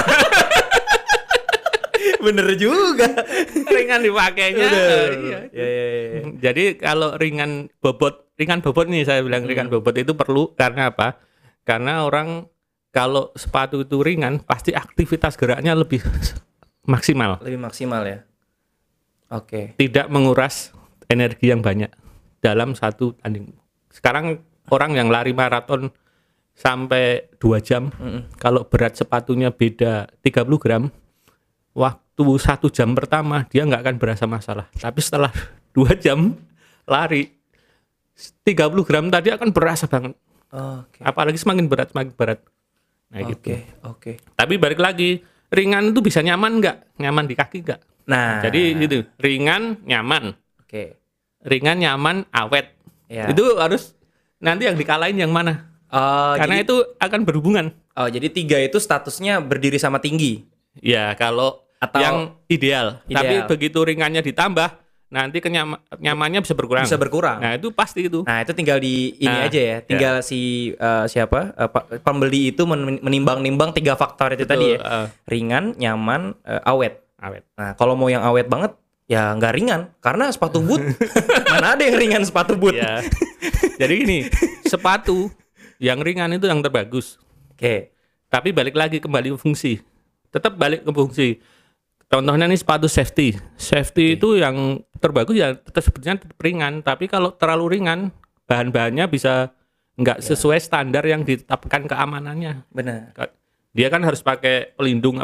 Bener juga. Ringan dipakainya. Iya. Jadi kalau ringan bobot nih saya bilang ringan bobot itu perlu karena apa? Karena orang kalau sepatu itu ringan, pasti aktivitas geraknya lebih maksimal. Lebih maksimal ya. Oke. Tidak menguras energi yang banyak dalam satu tanding. Sekarang orang yang lari maraton sampai 2 jam, kalau berat sepatunya beda 30 gram, waktu 1 jam pertama dia nggak akan berasa masalah. Tapi setelah 2 jam lari, 30 gram tadi akan berasa banget. Apalagi semakin berat. Nah gitu. Oke. Tapi balik lagi, ringan itu bisa nyaman nggak? Nyaman di kaki nggak? Nah, jadi gitu, ringan, nyaman. Oke. Ringan, nyaman, awet. Ya. Itu harus nanti yang dikalahin yang mana? Karena jadi, itu akan berhubungan. jadi 3 itu statusnya berdiri sama tinggi. Ya, kalau Atau yang ideal. Tapi ideal. begitu ringannya ditambah, nanti nyamannya bisa berkurang. Bisa berkurang. Nah, itu pasti itu. Nah, itu tinggal di ini aja ya. Tinggal pembeli itu menimbang-nimbang 3 faktor itu. Betul, tadi ya. Ringan, nyaman, awet. Nah, kalau mau yang awet banget, ya nggak ringan. Karena sepatu boot, mana ada yang ringan sepatu boot. Ya. Jadi gini, sepatu yang ringan itu yang terbagus. Oke. Tapi balik lagi kembali ke fungsi. Tetap balik ke fungsi. Contohnya nih sepatu safety. Safety itu yang terbagus ya sebetulnya tetap ringan. Tapi kalau terlalu ringan, bahan-bahannya bisa nggak sesuai standar yang ditetapkan keamanannya. Benar. Dia kan harus pakai pelindung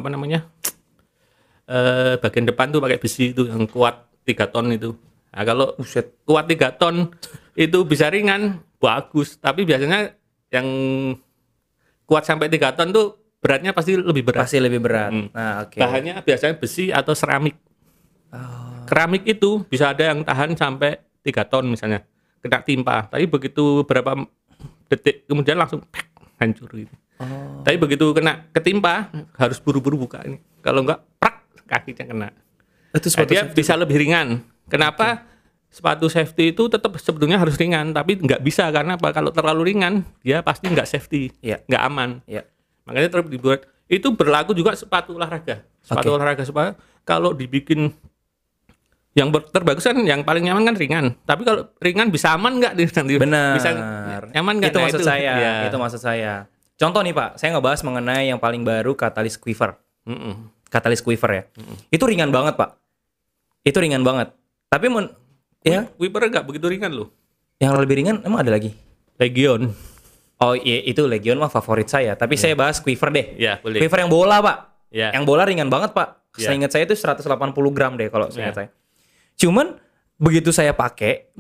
bagian depan tuh pakai besi itu yang kuat 3 ton itu. Nah, kalau kuat 3 ton itu bisa ringan, bagus. Tapi biasanya yang kuat sampai 3 ton tuh beratnya pasti lebih berat. Nah, oke. Bahannya biasanya besi atau seramik. Keramik itu bisa ada yang tahan sampai 3 ton misalnya, kena timpa. Tapi begitu berapa detik kemudian langsung hancur gitu. Tapi begitu kena ketimpa harus buru-buru buka ini. Kalau enggak kakinya kena. Dia bisa lebih ringan. Kenapa? Sepatu safety itu tetap sebetulnya harus ringan, tapi nggak bisa karena apa? Kalau terlalu ringan, dia pasti nggak safety, nggak aman. Makanya tetap dibuat. Itu berlaku juga sepatu olahraga. Olahraga kalau dibikin yang terbagus kan, yang paling nyaman kan ringan. Tapi kalau ringan bisa aman nggak? Benar. Bisa nyaman nggak? Itu maksud saya. Itu maksud saya. Contoh nih Pak, saya ngebahas mengenai yang paling baru Catalyst Quiver. Catalyst Quiver ya. Itu ringan banget Pak. Itu ringan banget. Tapi Quiver nggak begitu ringan loh. Yang lebih ringan emang ada lagi? Legion. Oh iya, itu Legion mah favorit saya. Tapi saya bahas Quiver deh. Ya, boleh. Quiver yang bola Pak. Yang bola ringan banget Pak. Seingat saya itu 180 gram deh kalau seingat saya. Cuman begitu saya pakai,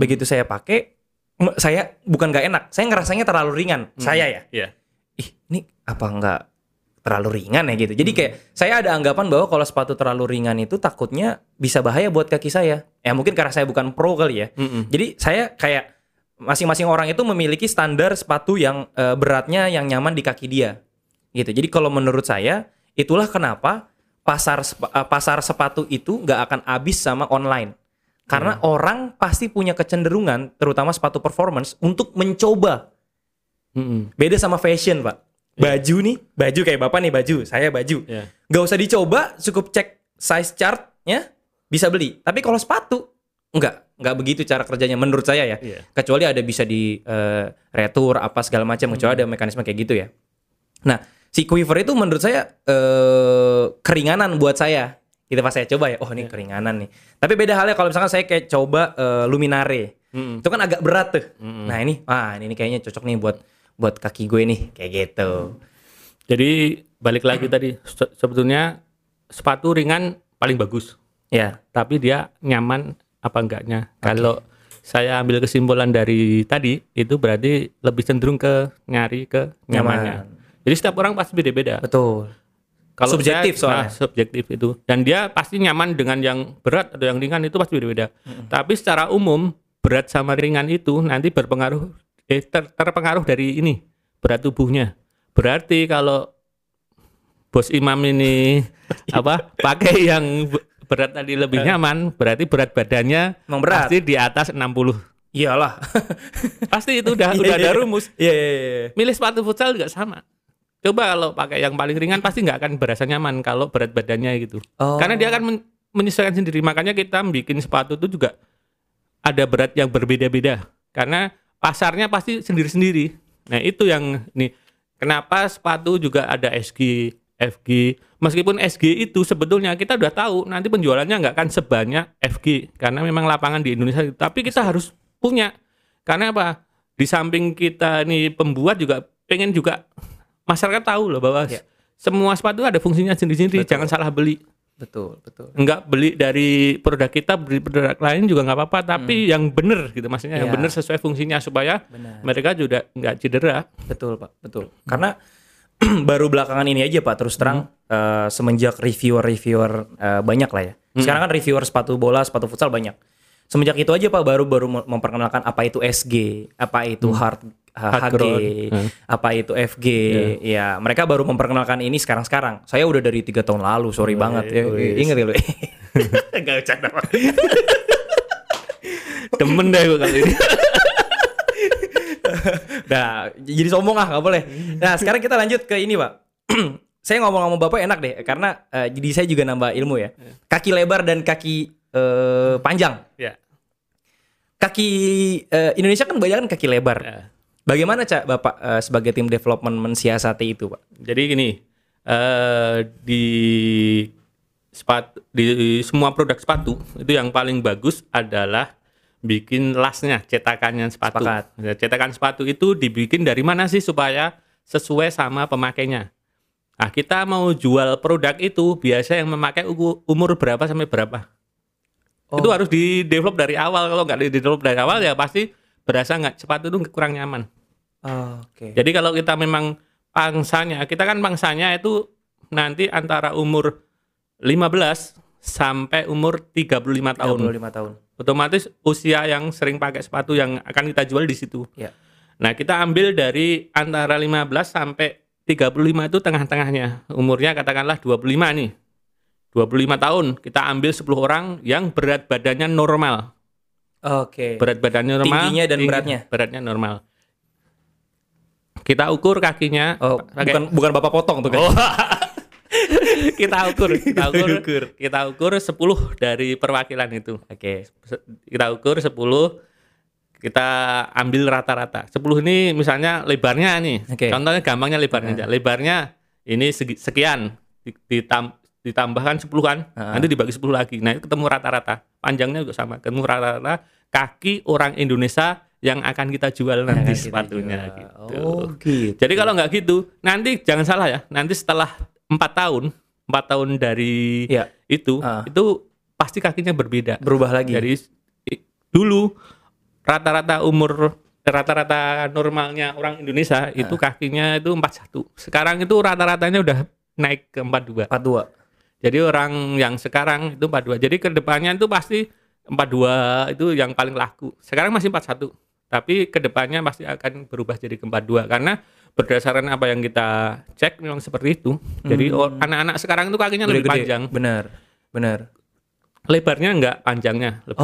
saya bukan nggak enak. Saya ngerasanya terlalu ringan. Saya ya. Ini apa nggak terlalu ringan ya gitu. Jadi kayak saya ada anggapan bahwa kalau sepatu terlalu ringan itu takutnya bisa bahaya buat kaki saya. Ya mungkin karena saya bukan pro kali ya. Jadi saya kayak masing-masing orang itu memiliki standar sepatu yang beratnya yang nyaman di kaki dia. Gitu. Jadi kalau menurut saya itulah kenapa pasar sepatu itu nggak akan habis sama online. Karena orang pasti punya kecenderungan, terutama sepatu performance, untuk mencoba. Beda sama fashion, Pak. Baju kayak Bapak nih baju, saya baju. Nggak usah dicoba, cukup cek size chart-nya, bisa beli. Tapi kalau sepatu, nggak begitu cara kerjanya menurut saya ya. Kecuali ada bisa di retur, apa segala macam, kecuali ada mekanisme kayak gitu ya. Nah, si Quiver itu menurut saya keringanan buat saya. Gitu pas saya coba ya, oh ini keringanan nih. Tapi beda halnya kalau misalkan saya kayak coba Luminare. Itu kan agak berat tuh. Nah ini kayaknya cocok nih buat kaki gue nih, kayak gitu. Jadi balik lagi tadi, sebetulnya sepatu ringan paling bagus. Ya. Tapi dia nyaman apa enggaknya. Kalau saya ambil kesimpulan dari tadi, itu berarti lebih cenderung ke nyari ke nyamannya. Jadi setiap orang pasti beda-beda. Betul. Kalau subjektif soalnya. Subjektif itu. Dan dia pasti nyaman dengan yang berat atau yang ringan itu pasti beda-beda. Tapi secara umum berat sama ringan itu nanti berpengaruh terpengaruh dari ini berat tubuhnya. Berarti kalau Bos Imam ini pakai yang berat tadi lebih nyaman, berarti berat badannya pasti di atas 60. Iyalah. Pasti itu udah ada rumus. Iya. Milih sepatu futsal juga sama. Coba kalau pakai yang paling ringan pasti nggak akan berasa nyaman kalau berat badannya gitu. Karena dia akan menyesuaikan sendiri. Makanya kita bikin sepatu itu juga ada berat yang berbeda-beda. Karena pasarnya pasti sendiri-sendiri. Nah itu yang nih. Kenapa sepatu juga ada SG, FG? Meskipun SG itu sebetulnya kita udah tahu nanti penjualannya nggak akan sebanyak FG karena memang lapangan di Indonesia. Tapi kita harus punya. Karena apa? Di samping kita ini pembuat juga pengen juga masyarakat tahu loh bahwa semua sepatu ada fungsinya sendiri-sendiri. Jangan salah beli. Betul. Enggak beli dari produk kita, beli produk lain juga nggak apa-apa, tapi yang benar gitu, maksudnya yang benar sesuai fungsinya supaya mereka juga nggak cedera. Betul Pak, betul. Karena baru belakangan ini aja Pak, terus terang semenjak reviewer banyak lah ya. Sekarang kan reviewer sepatu bola, sepatu futsal banyak. Semenjak itu aja Pak baru memperkenalkan apa itu SG, apa itu HG, apa itu FG. Ya, mereka baru memperkenalkan ini sekarang. Saya udah dari 3 tahun lalu, sorry banget ya. Ingat ya lu? Enggak bercanda Pak. Demen deh gue kali ini. Nah, jadi sombong nggak boleh. Nah, sekarang kita lanjut ke ini Pak. Saya ngomong-ngomong Bapak enak deh, karena jadi saya juga nambah ilmu ya. Kaki lebar dan kaki panjang. Kaki Indonesia kan banyak kan kaki lebar. Bagaimana Bapak sebagai tim development mensiasati itu, Pak? Jadi gini, di semua produk sepatu itu yang paling bagus adalah bikin lasnya, cetakannya sepatu. Cetakan sepatu itu dibikin dari mana sih supaya sesuai sama pemakainya. Nah, kita mau jual produk itu biasa yang memakai umur berapa sampai berapa. Itu harus di-develop dari awal. Kalau nggak di-develop dari awal ya pasti berasa sepatu itu kurang nyaman. Jadi kalau kita memang kita kan pangsanya itu nanti antara umur 15 sampai umur 35 tahun. 35 tahun. Otomatis usia yang sering pakai sepatu yang akan kita jual di situ. Nah, kita ambil dari antara 15 sampai 35 itu tengah-tengahnya. Umurnya katakanlah 25 nih. 25 tahun, kita ambil 10 orang yang berat badannya normal. Berat badannya normal. Tingginya dan beratnya? Beratnya normal. Kita ukur kakinya. Bukan Bapak potong tuh kan? Kita ukur 10 dari perwakilan itu. Kita ukur 10, kita ambil rata-rata. 10 ini misalnya lebarnya nih. Contohnya gampangnya lebarnya. Lebarnya ini sekian, ditambahkan 10 kan, nanti dibagi 10 lagi. Nah, itu ketemu rata-rata. Panjangnya juga sama, ketemu rata-rata kaki orang Indonesia yang akan kita jual nanti sepatunya gitu. Jadi kalau nggak gitu, nanti jangan salah ya, nanti setelah 4 tahun dari itu pasti kakinya berbeda. Berubah lagi. Jadi dulu rata-rata normalnya orang Indonesia itu kakinya itu 41. Sekarang itu rata-ratanya udah naik ke 42. Jadi orang yang sekarang itu 42. Jadi kedepannya itu pasti 42 itu yang paling laku. Sekarang masih 41. Tapi kedepannya pasti akan berubah jadi ke 42. Karena berdasarkan apa yang kita cek memang seperti itu. Jadi anak-anak sekarang itu kakinya lebih panjang. Benar. Lebarnya enggak, panjangnya lebih.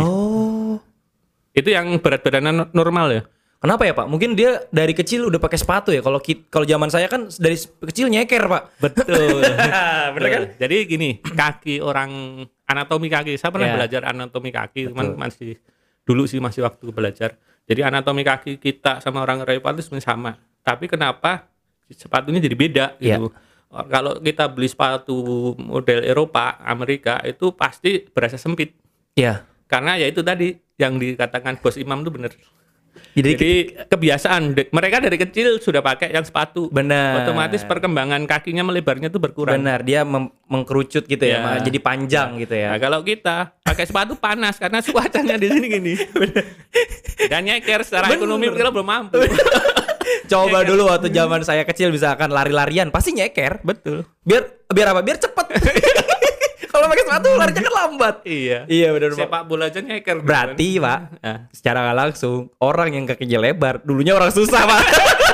Itu yang berat badannya normal ya. Kenapa ya Pak? Mungkin dia dari kecil udah pakai sepatu ya. Kalau zaman saya kan dari kecil nyeker Pak. Betul. Bener kan? Jadi gini, kaki orang, anatomi kaki. Saya pernah belajar anatomi kaki. Masih dulu sih masih waktu belajar. Jadi anatomi kaki kita sama orang Eropa itu sebenarnya sama. Tapi kenapa sepatunya jadi beda gitu. Kalau kita beli sepatu model Eropa, Amerika itu pasti berasa sempit. Karena ya itu tadi yang dikatakan Bos Imam itu benar. Jadi kebiasaan mereka dari kecil sudah pakai yang sepatu. Benar. Otomatis perkembangan kakinya melebarnya itu berkurang. Benar, dia mengkerucut gitu ya, jadi panjang gitu ya. Nah, kalau kita pakai sepatu panas karena cuacanya di sini gini. Dan nyeker secara ekonomi kita belum mampu. Coba dulu waktu zaman saya kecil misalkan lari-larian pasti nyeker. Betul. Biar apa? Biar cepet. Kalau pakai sepatu larinya kan lambat. Iya benar. Sepak bola aja nyeker. Berarti Pak, secara nggak langsung orang yang kakinya lebar dulunya orang susah Pak.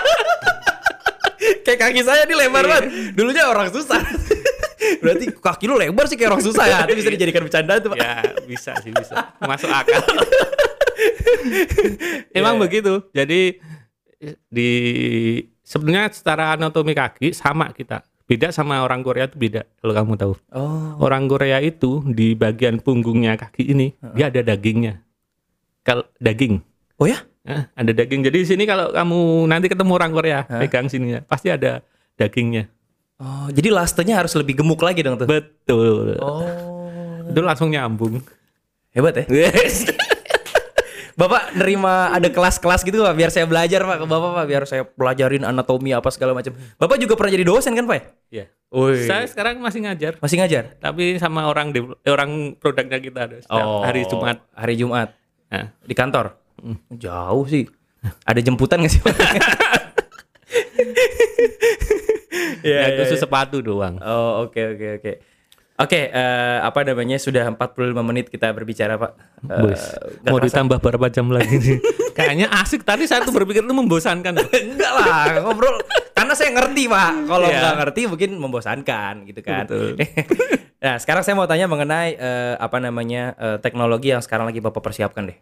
Kayak kaki saya ini lebar banget. Dulunya orang susah. Berarti kaki lu lebar sih kayak orang susah ya. Itu bisa dijadikan bercanda tuh Pak. Ya bisa. Masuk akal. Emang begitu. Jadi sebenarnya secara anatomi kaki sama kita. Beda sama orang Korea itu beda, kalau kamu tahu. Orang Korea itu di bagian punggungnya kaki ini dia ada dagingnya. Daging. Oh ya? Ada daging. Jadi di sini kalau kamu nanti ketemu orang Korea, pegang sini ya, pasti ada dagingnya. Oh, jadi lastenya harus lebih gemuk lagi dong tuh. Betul. Oh. Itu langsung nyambung. Hebat ya? Yes. Bapak nerima ada kelas-kelas gitu Pak, biar saya belajar Pak ke Bapak Pak, biar saya pelajarin anatomi apa segala macam. Bapak juga pernah jadi dosen kan Pak? Iya. Wih. Saya sekarang masih ngajar. Masih ngajar? Tapi sama orang produknya kita ada setiap hari Jumat. Hari Jumat. Nah. Di kantor. Jauh sih. Ada jemputan nggak sih? Ya, khusus sepatu doang. Oh, oke. Oke, apa namanya, sudah 45 menit kita berbicara Pak. Mau ditambah berapa jam lagi nih? Kayaknya asik. Tadi saya tuh berpikir itu membosankan. Enggak lah, ngobrol. Karena saya ngerti Pak. Kalau nggak ngerti mungkin membosankan gitu kan. Betul. Nah, sekarang saya mau tanya mengenai teknologi yang sekarang lagi Bapak persiapkan deh.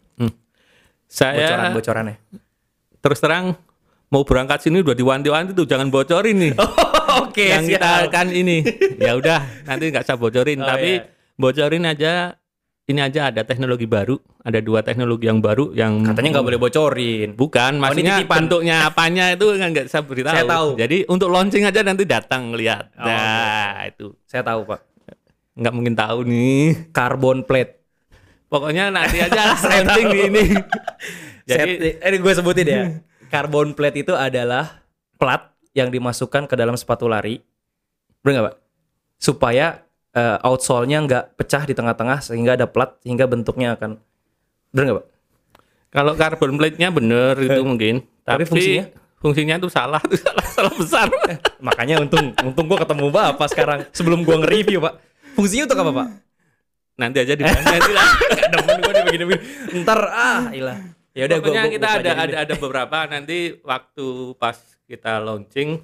Saya bocorannya. Terus terang mau berangkat sini udah diwanti-wanti tuh, jangan bocorin nih. Oke, yang kita kan ini. Ya udah, nanti nggak usah bocorin, tapi bocorin aja. Ini aja ada teknologi baru, ada 2 teknologi yang baru yang katanya nggak boleh bocorin. Bukan, maksudnya bentuknya apanya itu kan nggak bisa beritahu. Saya tahu. Jadi untuk launching aja nanti datang lihat. Itu. Saya tahu Pak. Nggak mungkin tahu nih. Carbon plate. Pokoknya nanti aja launching di ini. Jadi gue sebutin ya. Carbon plate itu adalah plat yang dimasukkan ke dalam sepatu lari. Bener nggak Pak? Supaya outsole-nya nggak pecah di tengah-tengah sehingga ada plat sehingga bentuknya akan. Bener nggak Pak? Kalau carbon plate-nya bener itu mungkin. Tapi fungsinya itu salah besar. Makanya untung gue ketemu Bapak sekarang sebelum gue nge-review Pak. Fungsinya untuk apa Pak? Nanti aja dibahas nanti lah. Demen gue begini-begini. Ntar ilah. Ya udah, pokoknya kita ada beberapa nanti waktu pas kita launching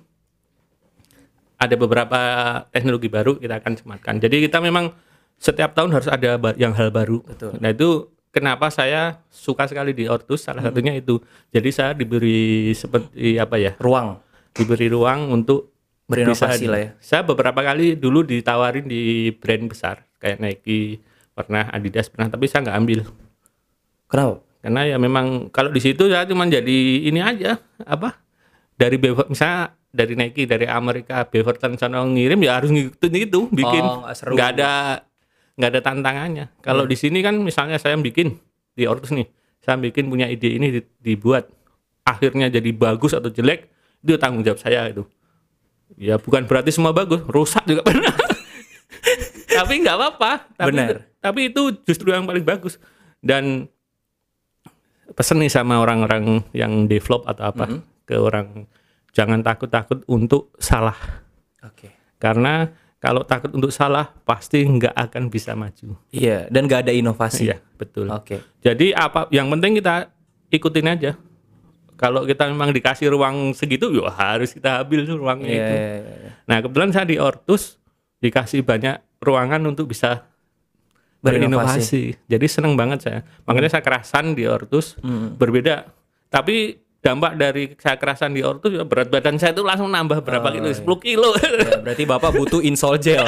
ada beberapa teknologi baru kita akan sematkan. Jadi kita memang setiap tahun harus ada yang hal baru. Betul. Nah itu kenapa saya suka sekali di Ortus, salah satunya itu. Jadi saya diberi seperti diberi ruang untuk berinovasi lah ya. Saya beberapa kali dulu ditawarin di brand besar kayak Nike, pernah Adidas pernah, tapi saya nggak ambil. Kenapa? Karena ya memang kalau di situ saya cuma jadi ini aja dari misalnya dari Nike dari Amerika Beaverton sana ngirim ya harus ngikutin itu bikin nggak ada tantangannya. Kalau di sini kan misalnya saya bikin di Ortus nih, saya bikin punya ide ini dibuat akhirnya jadi bagus atau jelek itu tanggung jawab saya itu. Ya bukan berarti semua bagus, rusak juga pernah. Tapi nggak apa-apa. Benar. Tapi itu justru yang paling bagus. Dan pesan nih sama orang-orang yang develop atau apa ke orang, jangan takut-takut untuk salah. Oke. Karena kalau takut untuk salah pasti nggak akan bisa maju. Iya, dan nggak ada inovasi. Iya, betul. Oke. Jadi yang penting kita ikutin aja. Kalau kita memang dikasih ruang segitu, ya harus kita ambil tuh ruangnya itu. Iya. Nah kebetulan saya di Ortus dikasih banyak ruangan untuk bisa berinovasi. Jadi seneng banget saya. Makanya saya kerasan di Ortus berbeda. Tapi dampak dari saya kerasan di Ortus, berat badan saya itu langsung nambah berapa kilo, 10 kilo. Ya, berarti Bapak butuh insole gel.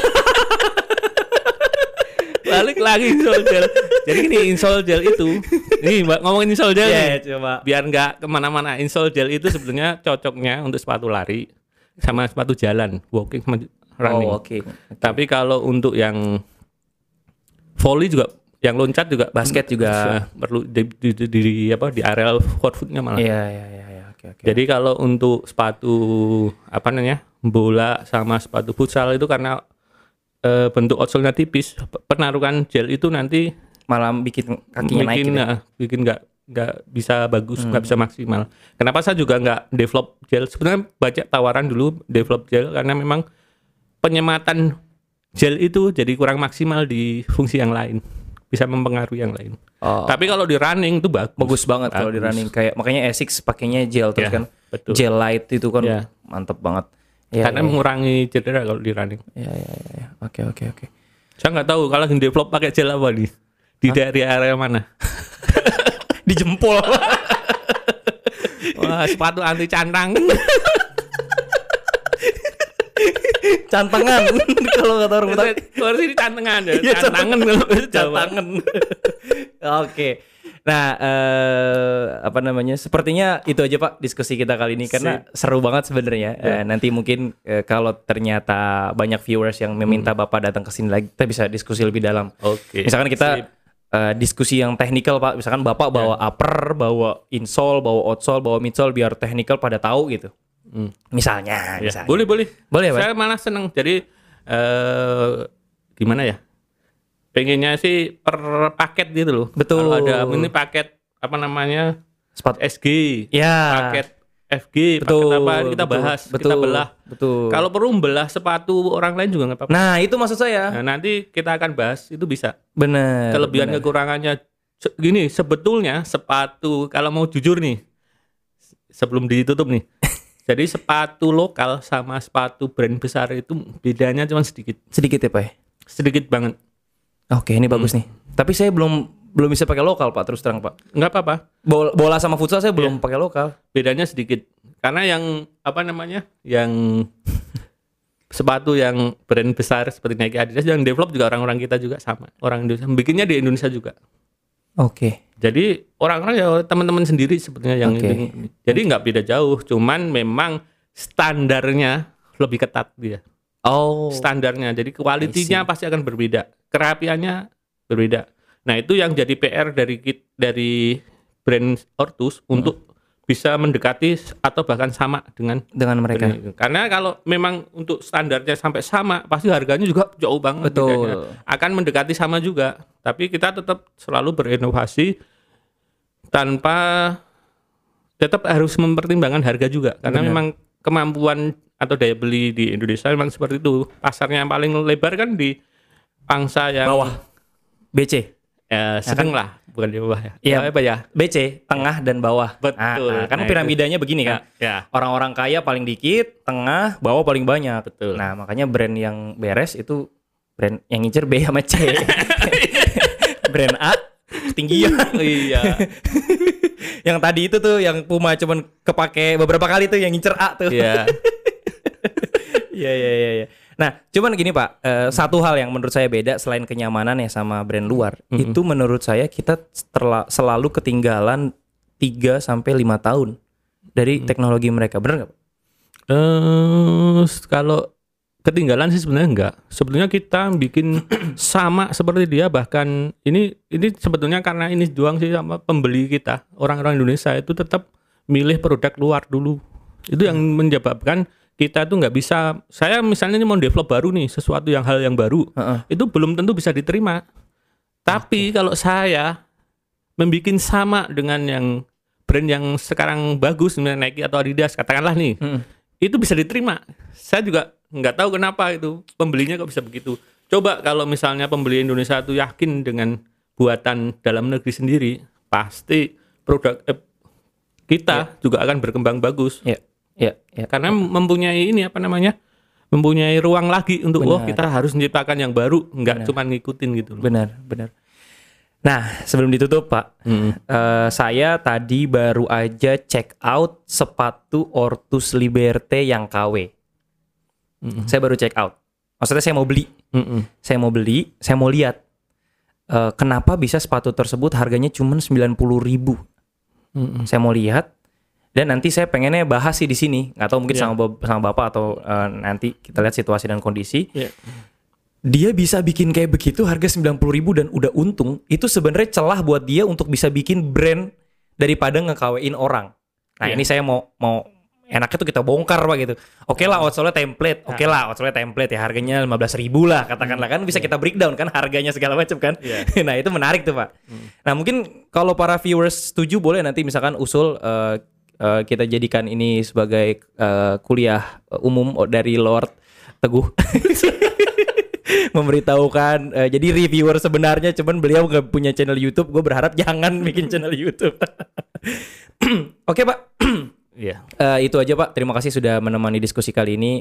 Balik lagi insole gel. Jadi ini insole gel itu, nih ngomongin insole gel nih, coba. Biar nggak kemana-mana. Insole gel itu sebetulnya cocoknya untuk sepatu lari sama sepatu jalan, walking sama running. Oke. Tapi kalau untuk yang volley juga, yang loncat juga, basket juga perlu di areal footnya malah. Iya. Oke. Jadi kalau untuk sepatu bola sama sepatu futsal itu karena bentuk outsole-nya tipis, penaruhan gel itu nanti malah bikin kakinya naik gitu. Bikin nggak bisa bagus, nggak bisa maksimal. Kenapa saya juga nggak develop gel? Sebenarnya banyak tawaran dulu develop gel karena memang penyematan gel itu jadi kurang maksimal di fungsi yang lain, bisa mempengaruhi yang lain. Tapi kalau di running itu bagus banget kalau di running, kayak makanya Asics pakainya gel terus kan. Betul. Gel light itu kan mantep banget. Karena mengurangi cedera kalau di running. Iya. Oke. Saya nggak tahu kalau yang develop pakai gel apa nih. Di dari area mana? Di jempol. Wah, sepatu anti cantang. Cantangan kalau kata orang Betawi. Harus ini cantangan ya. Iya, Cantangan kalau cantangan. Oke. Nah, apa namanya? Sepertinya itu aja Pak diskusi kita kali ini karena seru banget sebenarnya. Nanti mungkin kalau ternyata banyak viewers yang meminta Bapak datang ke sini lagi, kita bisa diskusi lebih dalam. Oke. Misalkan kita diskusi yang teknikal Pak. Misalkan Bapak bawa upper, bawa insole, bawa outsole, bawa midsole biar teknikal pada tahu gitu. Misalnya. Boleh ya Pak? Saya malah seneng. Jadi gimana ya? Pengennya sih per paket gitu loh. Betul. Kalau ada ini paket apa namanya Spot SG, paket FG, paket apa kita bahas, kita belah. Betul. Kalau perlu belah sepatu orang lain juga nggak apa-apa. Nah itu maksud saya. Nah, nanti kita akan bahas itu bisa. Benar. Kelebihan kekurangannya gini, sebetulnya sepatu kalau mau jujur nih, sebelum ditutup nih. Jadi sepatu lokal sama sepatu brand besar itu bedanya cuma sedikit. Sedikit ya Pak ya? Sedikit banget. Oke, ini bagus nih. Tapi saya belum bisa pakai lokal Pak, terus terang Pak. Nggak apa-apa. Bola sama futsal saya belum pakai lokal. Bedanya sedikit. Karena yang apa namanya? Yang sepatu yang brand besar seperti Nike, Adidas yang develop juga orang-orang kita juga sama. Orang Indonesia bikinnya di Indonesia juga. Oke. Jadi orang-orang ya teman-teman sendiri sebetulnya yang ini. Jadi nggak beda jauh, cuman memang standarnya lebih ketat dia. Oh. Standarnya. Jadi kualitinya pasti akan berbeda. Kerapiannya berbeda. Nah, itu yang jadi PR dari brand Ortus untuk bisa mendekati atau bahkan sama dengan mereka. Karena kalau memang untuk standarnya sampai sama, pasti harganya juga jauh banget. Betul. Bedanya. Akan mendekati sama juga. Tapi kita tetap selalu berinovasi tanpa tetap harus mempertimbangkan harga juga. Karena memang kemampuan atau daya beli di Indonesia memang seperti itu. Pasarnya yang paling lebar kan di pangsa yang bawah. BC. Sedang lah, bukan di bawah ya. Iya, apa ya? BC, tengah dan bawah. Betul. Kan piramidanya begini kan. Ya. Orang-orang kaya paling dikit, tengah, bawah paling banyak. Betul. Nah, makanya brand yang beres itu brand yang ngincer B sama C. Brand A ketinggian. Iya. Yang tadi itu tuh yang Puma cuman kepake beberapa kali tuh yang ngincer A tuh. Iya. Iya. Nah, cuman gini Pak, satu hal yang menurut saya beda selain kenyamanan ya sama brand luar, itu menurut saya kita selalu ketinggalan 3 sampai 5 tahun dari teknologi mereka. Benar nggak Pak? Kalau ketinggalan sih sebenarnya enggak. Sebetulnya kita bikin sama seperti dia, bahkan ini sebetulnya karena ini doang sih sama pembeli kita. Orang-orang Indonesia itu tetap milih produk luar dulu. Itu yang menyebabkan kita tuh nggak bisa. Saya misalnya ini mau develop baru nih, sesuatu hal yang baru, itu belum tentu bisa diterima. Tapi kalau saya membuat sama dengan yang brand yang sekarang bagus, misalnya Nike atau Adidas, katakanlah nih, itu bisa diterima. Saya juga nggak tahu kenapa itu pembelinya kok bisa begitu. Coba kalau misalnya pembeli Indonesia itu yakin dengan buatan dalam negeri sendiri, pasti produk kita juga akan berkembang bagus. Ya. Karena mempunyai mempunyai ruang lagi untuk kita harus menciptakan yang baru, nggak cuma ngikutin gitu loh. Benar. Nah, sebelum ditutup Pak, saya tadi baru aja check out sepatu Ortus Liberté yang KW. Saya baru check out. Maksudnya saya mau beli. Saya mau lihat kenapa bisa sepatu tersebut harganya cuma 90.000. Saya mau lihat. Dan nanti saya pengennya bahas sih di sini, nggak tahu mungkin sama Bapak atau nanti kita lihat situasi dan kondisi. Dia bisa bikin kayak begitu harga 90.000 dan udah untung. Itu sebenarnya celah buat dia untuk bisa bikin brand daripada nge-KW-in orang. Nah ini saya mau enaknya tuh kita bongkar Pak gitu. Oke lah outsole template, ya harganya 15.000 lah katakanlah, kan bisa kita breakdown kan harganya segala macam kan. Nah itu menarik tuh Pak. Nah mungkin kalau para viewers setuju boleh nanti misalkan usul kita jadikan ini sebagai kuliah umum dari Lord Teguh. Memberitahukan jadi reviewer sebenarnya, cuman beliau nggak punya channel YouTube. Gue berharap jangan bikin channel YouTube. Oke Pak. Itu aja Pak. Terima kasih sudah menemani diskusi kali ini.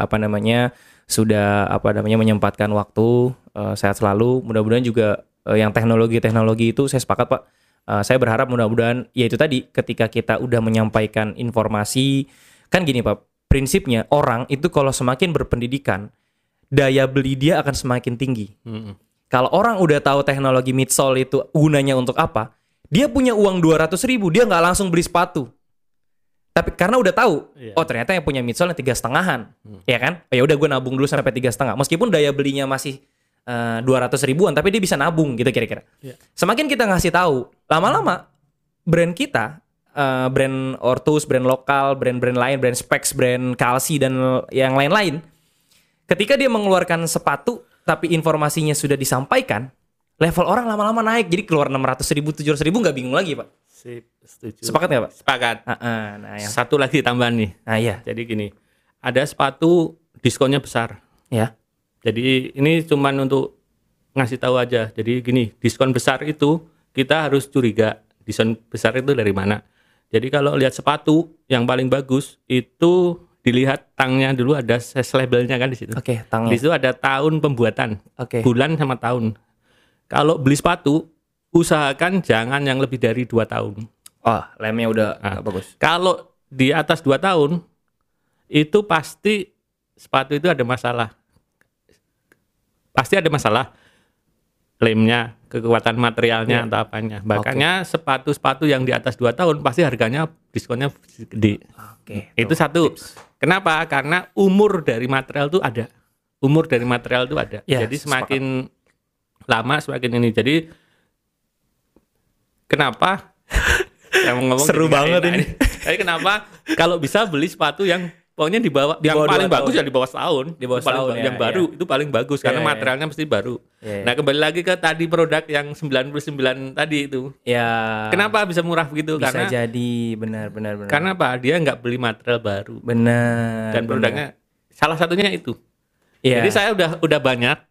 Sudah menyempatkan waktu. Sehat selalu. Mudah-mudahan juga yang teknologi itu saya sepakat Pak. Saya berharap mudah-mudahan ya itu tadi, ketika kita udah menyampaikan informasi, kan gini Pak, prinsipnya orang itu kalau semakin berpendidikan, daya beli dia akan semakin tinggi. Kalau orang udah tahu teknologi midsole itu gunanya untuk apa, Dia punya uang 200.000, dia nggak langsung beli sepatu. Tapi karena udah tahu, oh ternyata yang punya midsole 3,5-an, ya kan? Oh, ya udah gue nabung dulu sampai 3,5. Meskipun daya belinya masih 200.000-an, tapi dia bisa nabung gitu kira-kira. Semakin kita ngasih tahu, lama-lama brand kita, brand Ortus, brand lokal, brand-brand lain, brand Specs, brand Kalsi dan yang lain-lain, ketika dia mengeluarkan sepatu, tapi informasinya sudah disampaikan, level orang lama-lama naik. Jadi keluar 600.000, 700.000 nggak bingung lagi, Pak. Sip, setuju. Sepakat nggak, Pak? Sepakat. Nah, ya. Satu lagi tambahan nih. Nah, iya. Jadi gini, ada sepatu diskonnya besar. Ya. Jadi ini cuman untuk ngasih tahu aja. Jadi gini, diskon besar itu kita harus curiga. Diskon besar itu dari mana? Jadi kalau lihat sepatu yang paling bagus itu dilihat tangnya dulu, ada size labelnya kan di situ. Oke, tangnya. Di situ ada tahun pembuatan. Oke. Bulan sama tahun. Kalau beli sepatu, usahakan jangan yang lebih dari 2 tahun. Oh, lemnya udah bagus. Kalau di atas 2 tahun, itu pasti sepatu itu ada masalah. Pasti ada masalah. Lemnya, kekuatan materialnya, atau apanya. Makanya sepatu-sepatu yang di atas 2 tahun, pasti harganya diskonnya gede. Oke. Itu satu. Tips. Kenapa? Karena umur dari material itu ada. Umur dari material itu ada. Ya, jadi semakin lama semakin ini. Jadi kenapa yang ngomong seru banget ini. Jadi kenapa kalau bisa beli sepatu yang pokoknya di bawah yang paling bagus ya di bawah setahun. Di bawah setahun yang baru itu paling bagus karena materialnya mesti baru. Nah, kembali lagi ke tadi produk yang 99 tadi itu. Ya. Kenapa bisa murah begitu? Bisa karena jadi benar. Karena apa? Dia nggak beli material baru. Benar. Dan produknya salah satunya itu. Ya. Jadi saya udah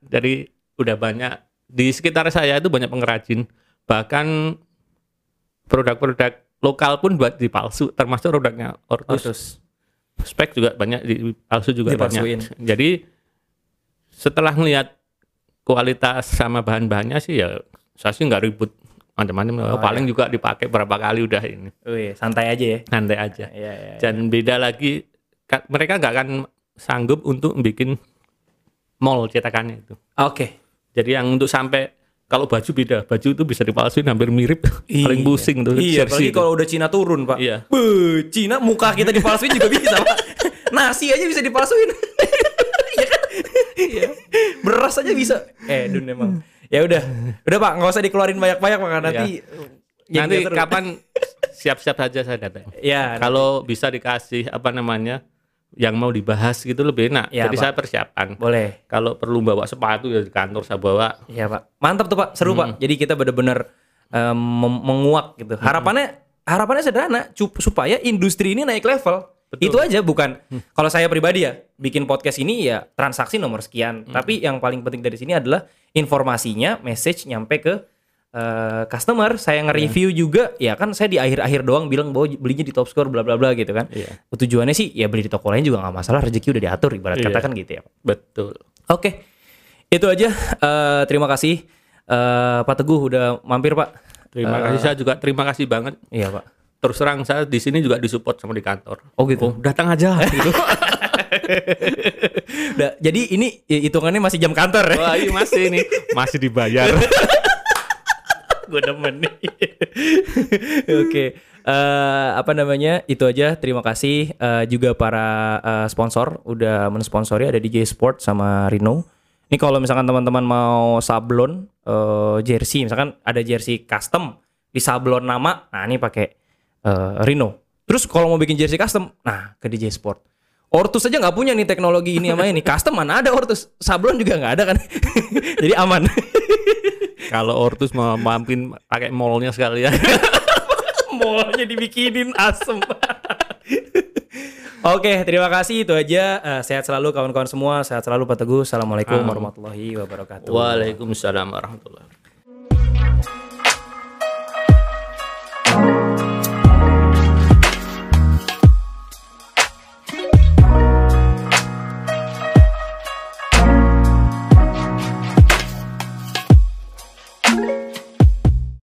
banyak di sekitar saya itu banyak pengrajin, bahkan produk-produk lokal pun buat dipalsu, termasuk produknya Ortus. Spek juga banyak dipalsu juga dipalsuin. Banyak. Jadi setelah melihat kualitas sama bahan-bahannya sih ya saya sih nggak ribut macam-macam. Paling juga dipakai berapa kali udah ini. Santai aja ya. Santai aja. Ya. Dan beda lagi, mereka nggak akan sanggup untuk bikin mall cetakannya itu. Oke. Jadi yang untuk sampai kalau baju beda, baju itu bisa dipalsuin hampir mirip, paling pusing tuh. Iya, apalagi kalau udah Cina turun, Pak. Iya. Cina muka kita dipalsuin juga bisa, Pak. Nasi aja bisa dipalsuin. Iya kan? Iya. Beras aja bisa. Dun emang. Ya udah Pak, nggak usah dikeluarin banyak-banyak, Pak. Nanti kapan siap-siap saja saya datang. Ya. Kalau bisa dikasih yang mau dibahas gitu lebih enak. Ya, jadi Pak. saya persiapan. Boleh. Kalau perlu bawa sepatu ya di kantor saya bawa. Iya, Pak. Mantap tuh, Pak. Seru, Pak. Jadi kita benar-benar menguak gitu. Harapannya sederhana, supaya industri ini naik level. Betul. Itu aja, bukan kalau saya pribadi ya, bikin podcast ini ya transaksi nomor sekian. Tapi yang paling penting dari sini adalah informasinya, message nyampe ke customer. Saya nge-review juga, ya kan saya di akhir-akhir doang bilang bahwa belinya di Top Score bla bla bla gitu kan. Tujuannya sih ya beli di toko lain juga nggak masalah, rezeki udah diatur ibarat kata kan gitu ya, Pak. Betul. Oke. Itu aja. Terima kasih Pak Teguh udah mampir, Pak. Terima kasih, saya juga terima kasih banget. Iya, Pak. Terus terang saya di sini juga disupport sama di kantor. Oh gitu. Datang aja gitu. Jadi ini hitungannya masih jam kantor ya? Wah, iya masih ini, masih dibayar. Gue demen nih. Oke. Itu aja. Terima kasih juga para sponsor udah mensponsori, ada DJ Sport sama Rino. Ini kalau misalkan teman-teman mau sablon jersey, misalkan ada jersey custom di sablon nama, nah ini pakai Rino. Terus kalau mau bikin jersey custom, nah ke DJ Sport. Ortus aja nggak punya nih teknologi ini sama ini. Custom mana ada Ortus, sablon juga nggak ada kan. Jadi aman. Kalau Ortus mau mampin pakai mallnya sekalian. Mallnya dibikinin asem. Oke, terima kasih, itu aja. Sehat selalu kawan-kawan semua, sehat selalu Pak Teguh. Assalamualaikum warahmatullahi wabarakatuh. Waalaikumsalam warahmatullahi wabarakatuh.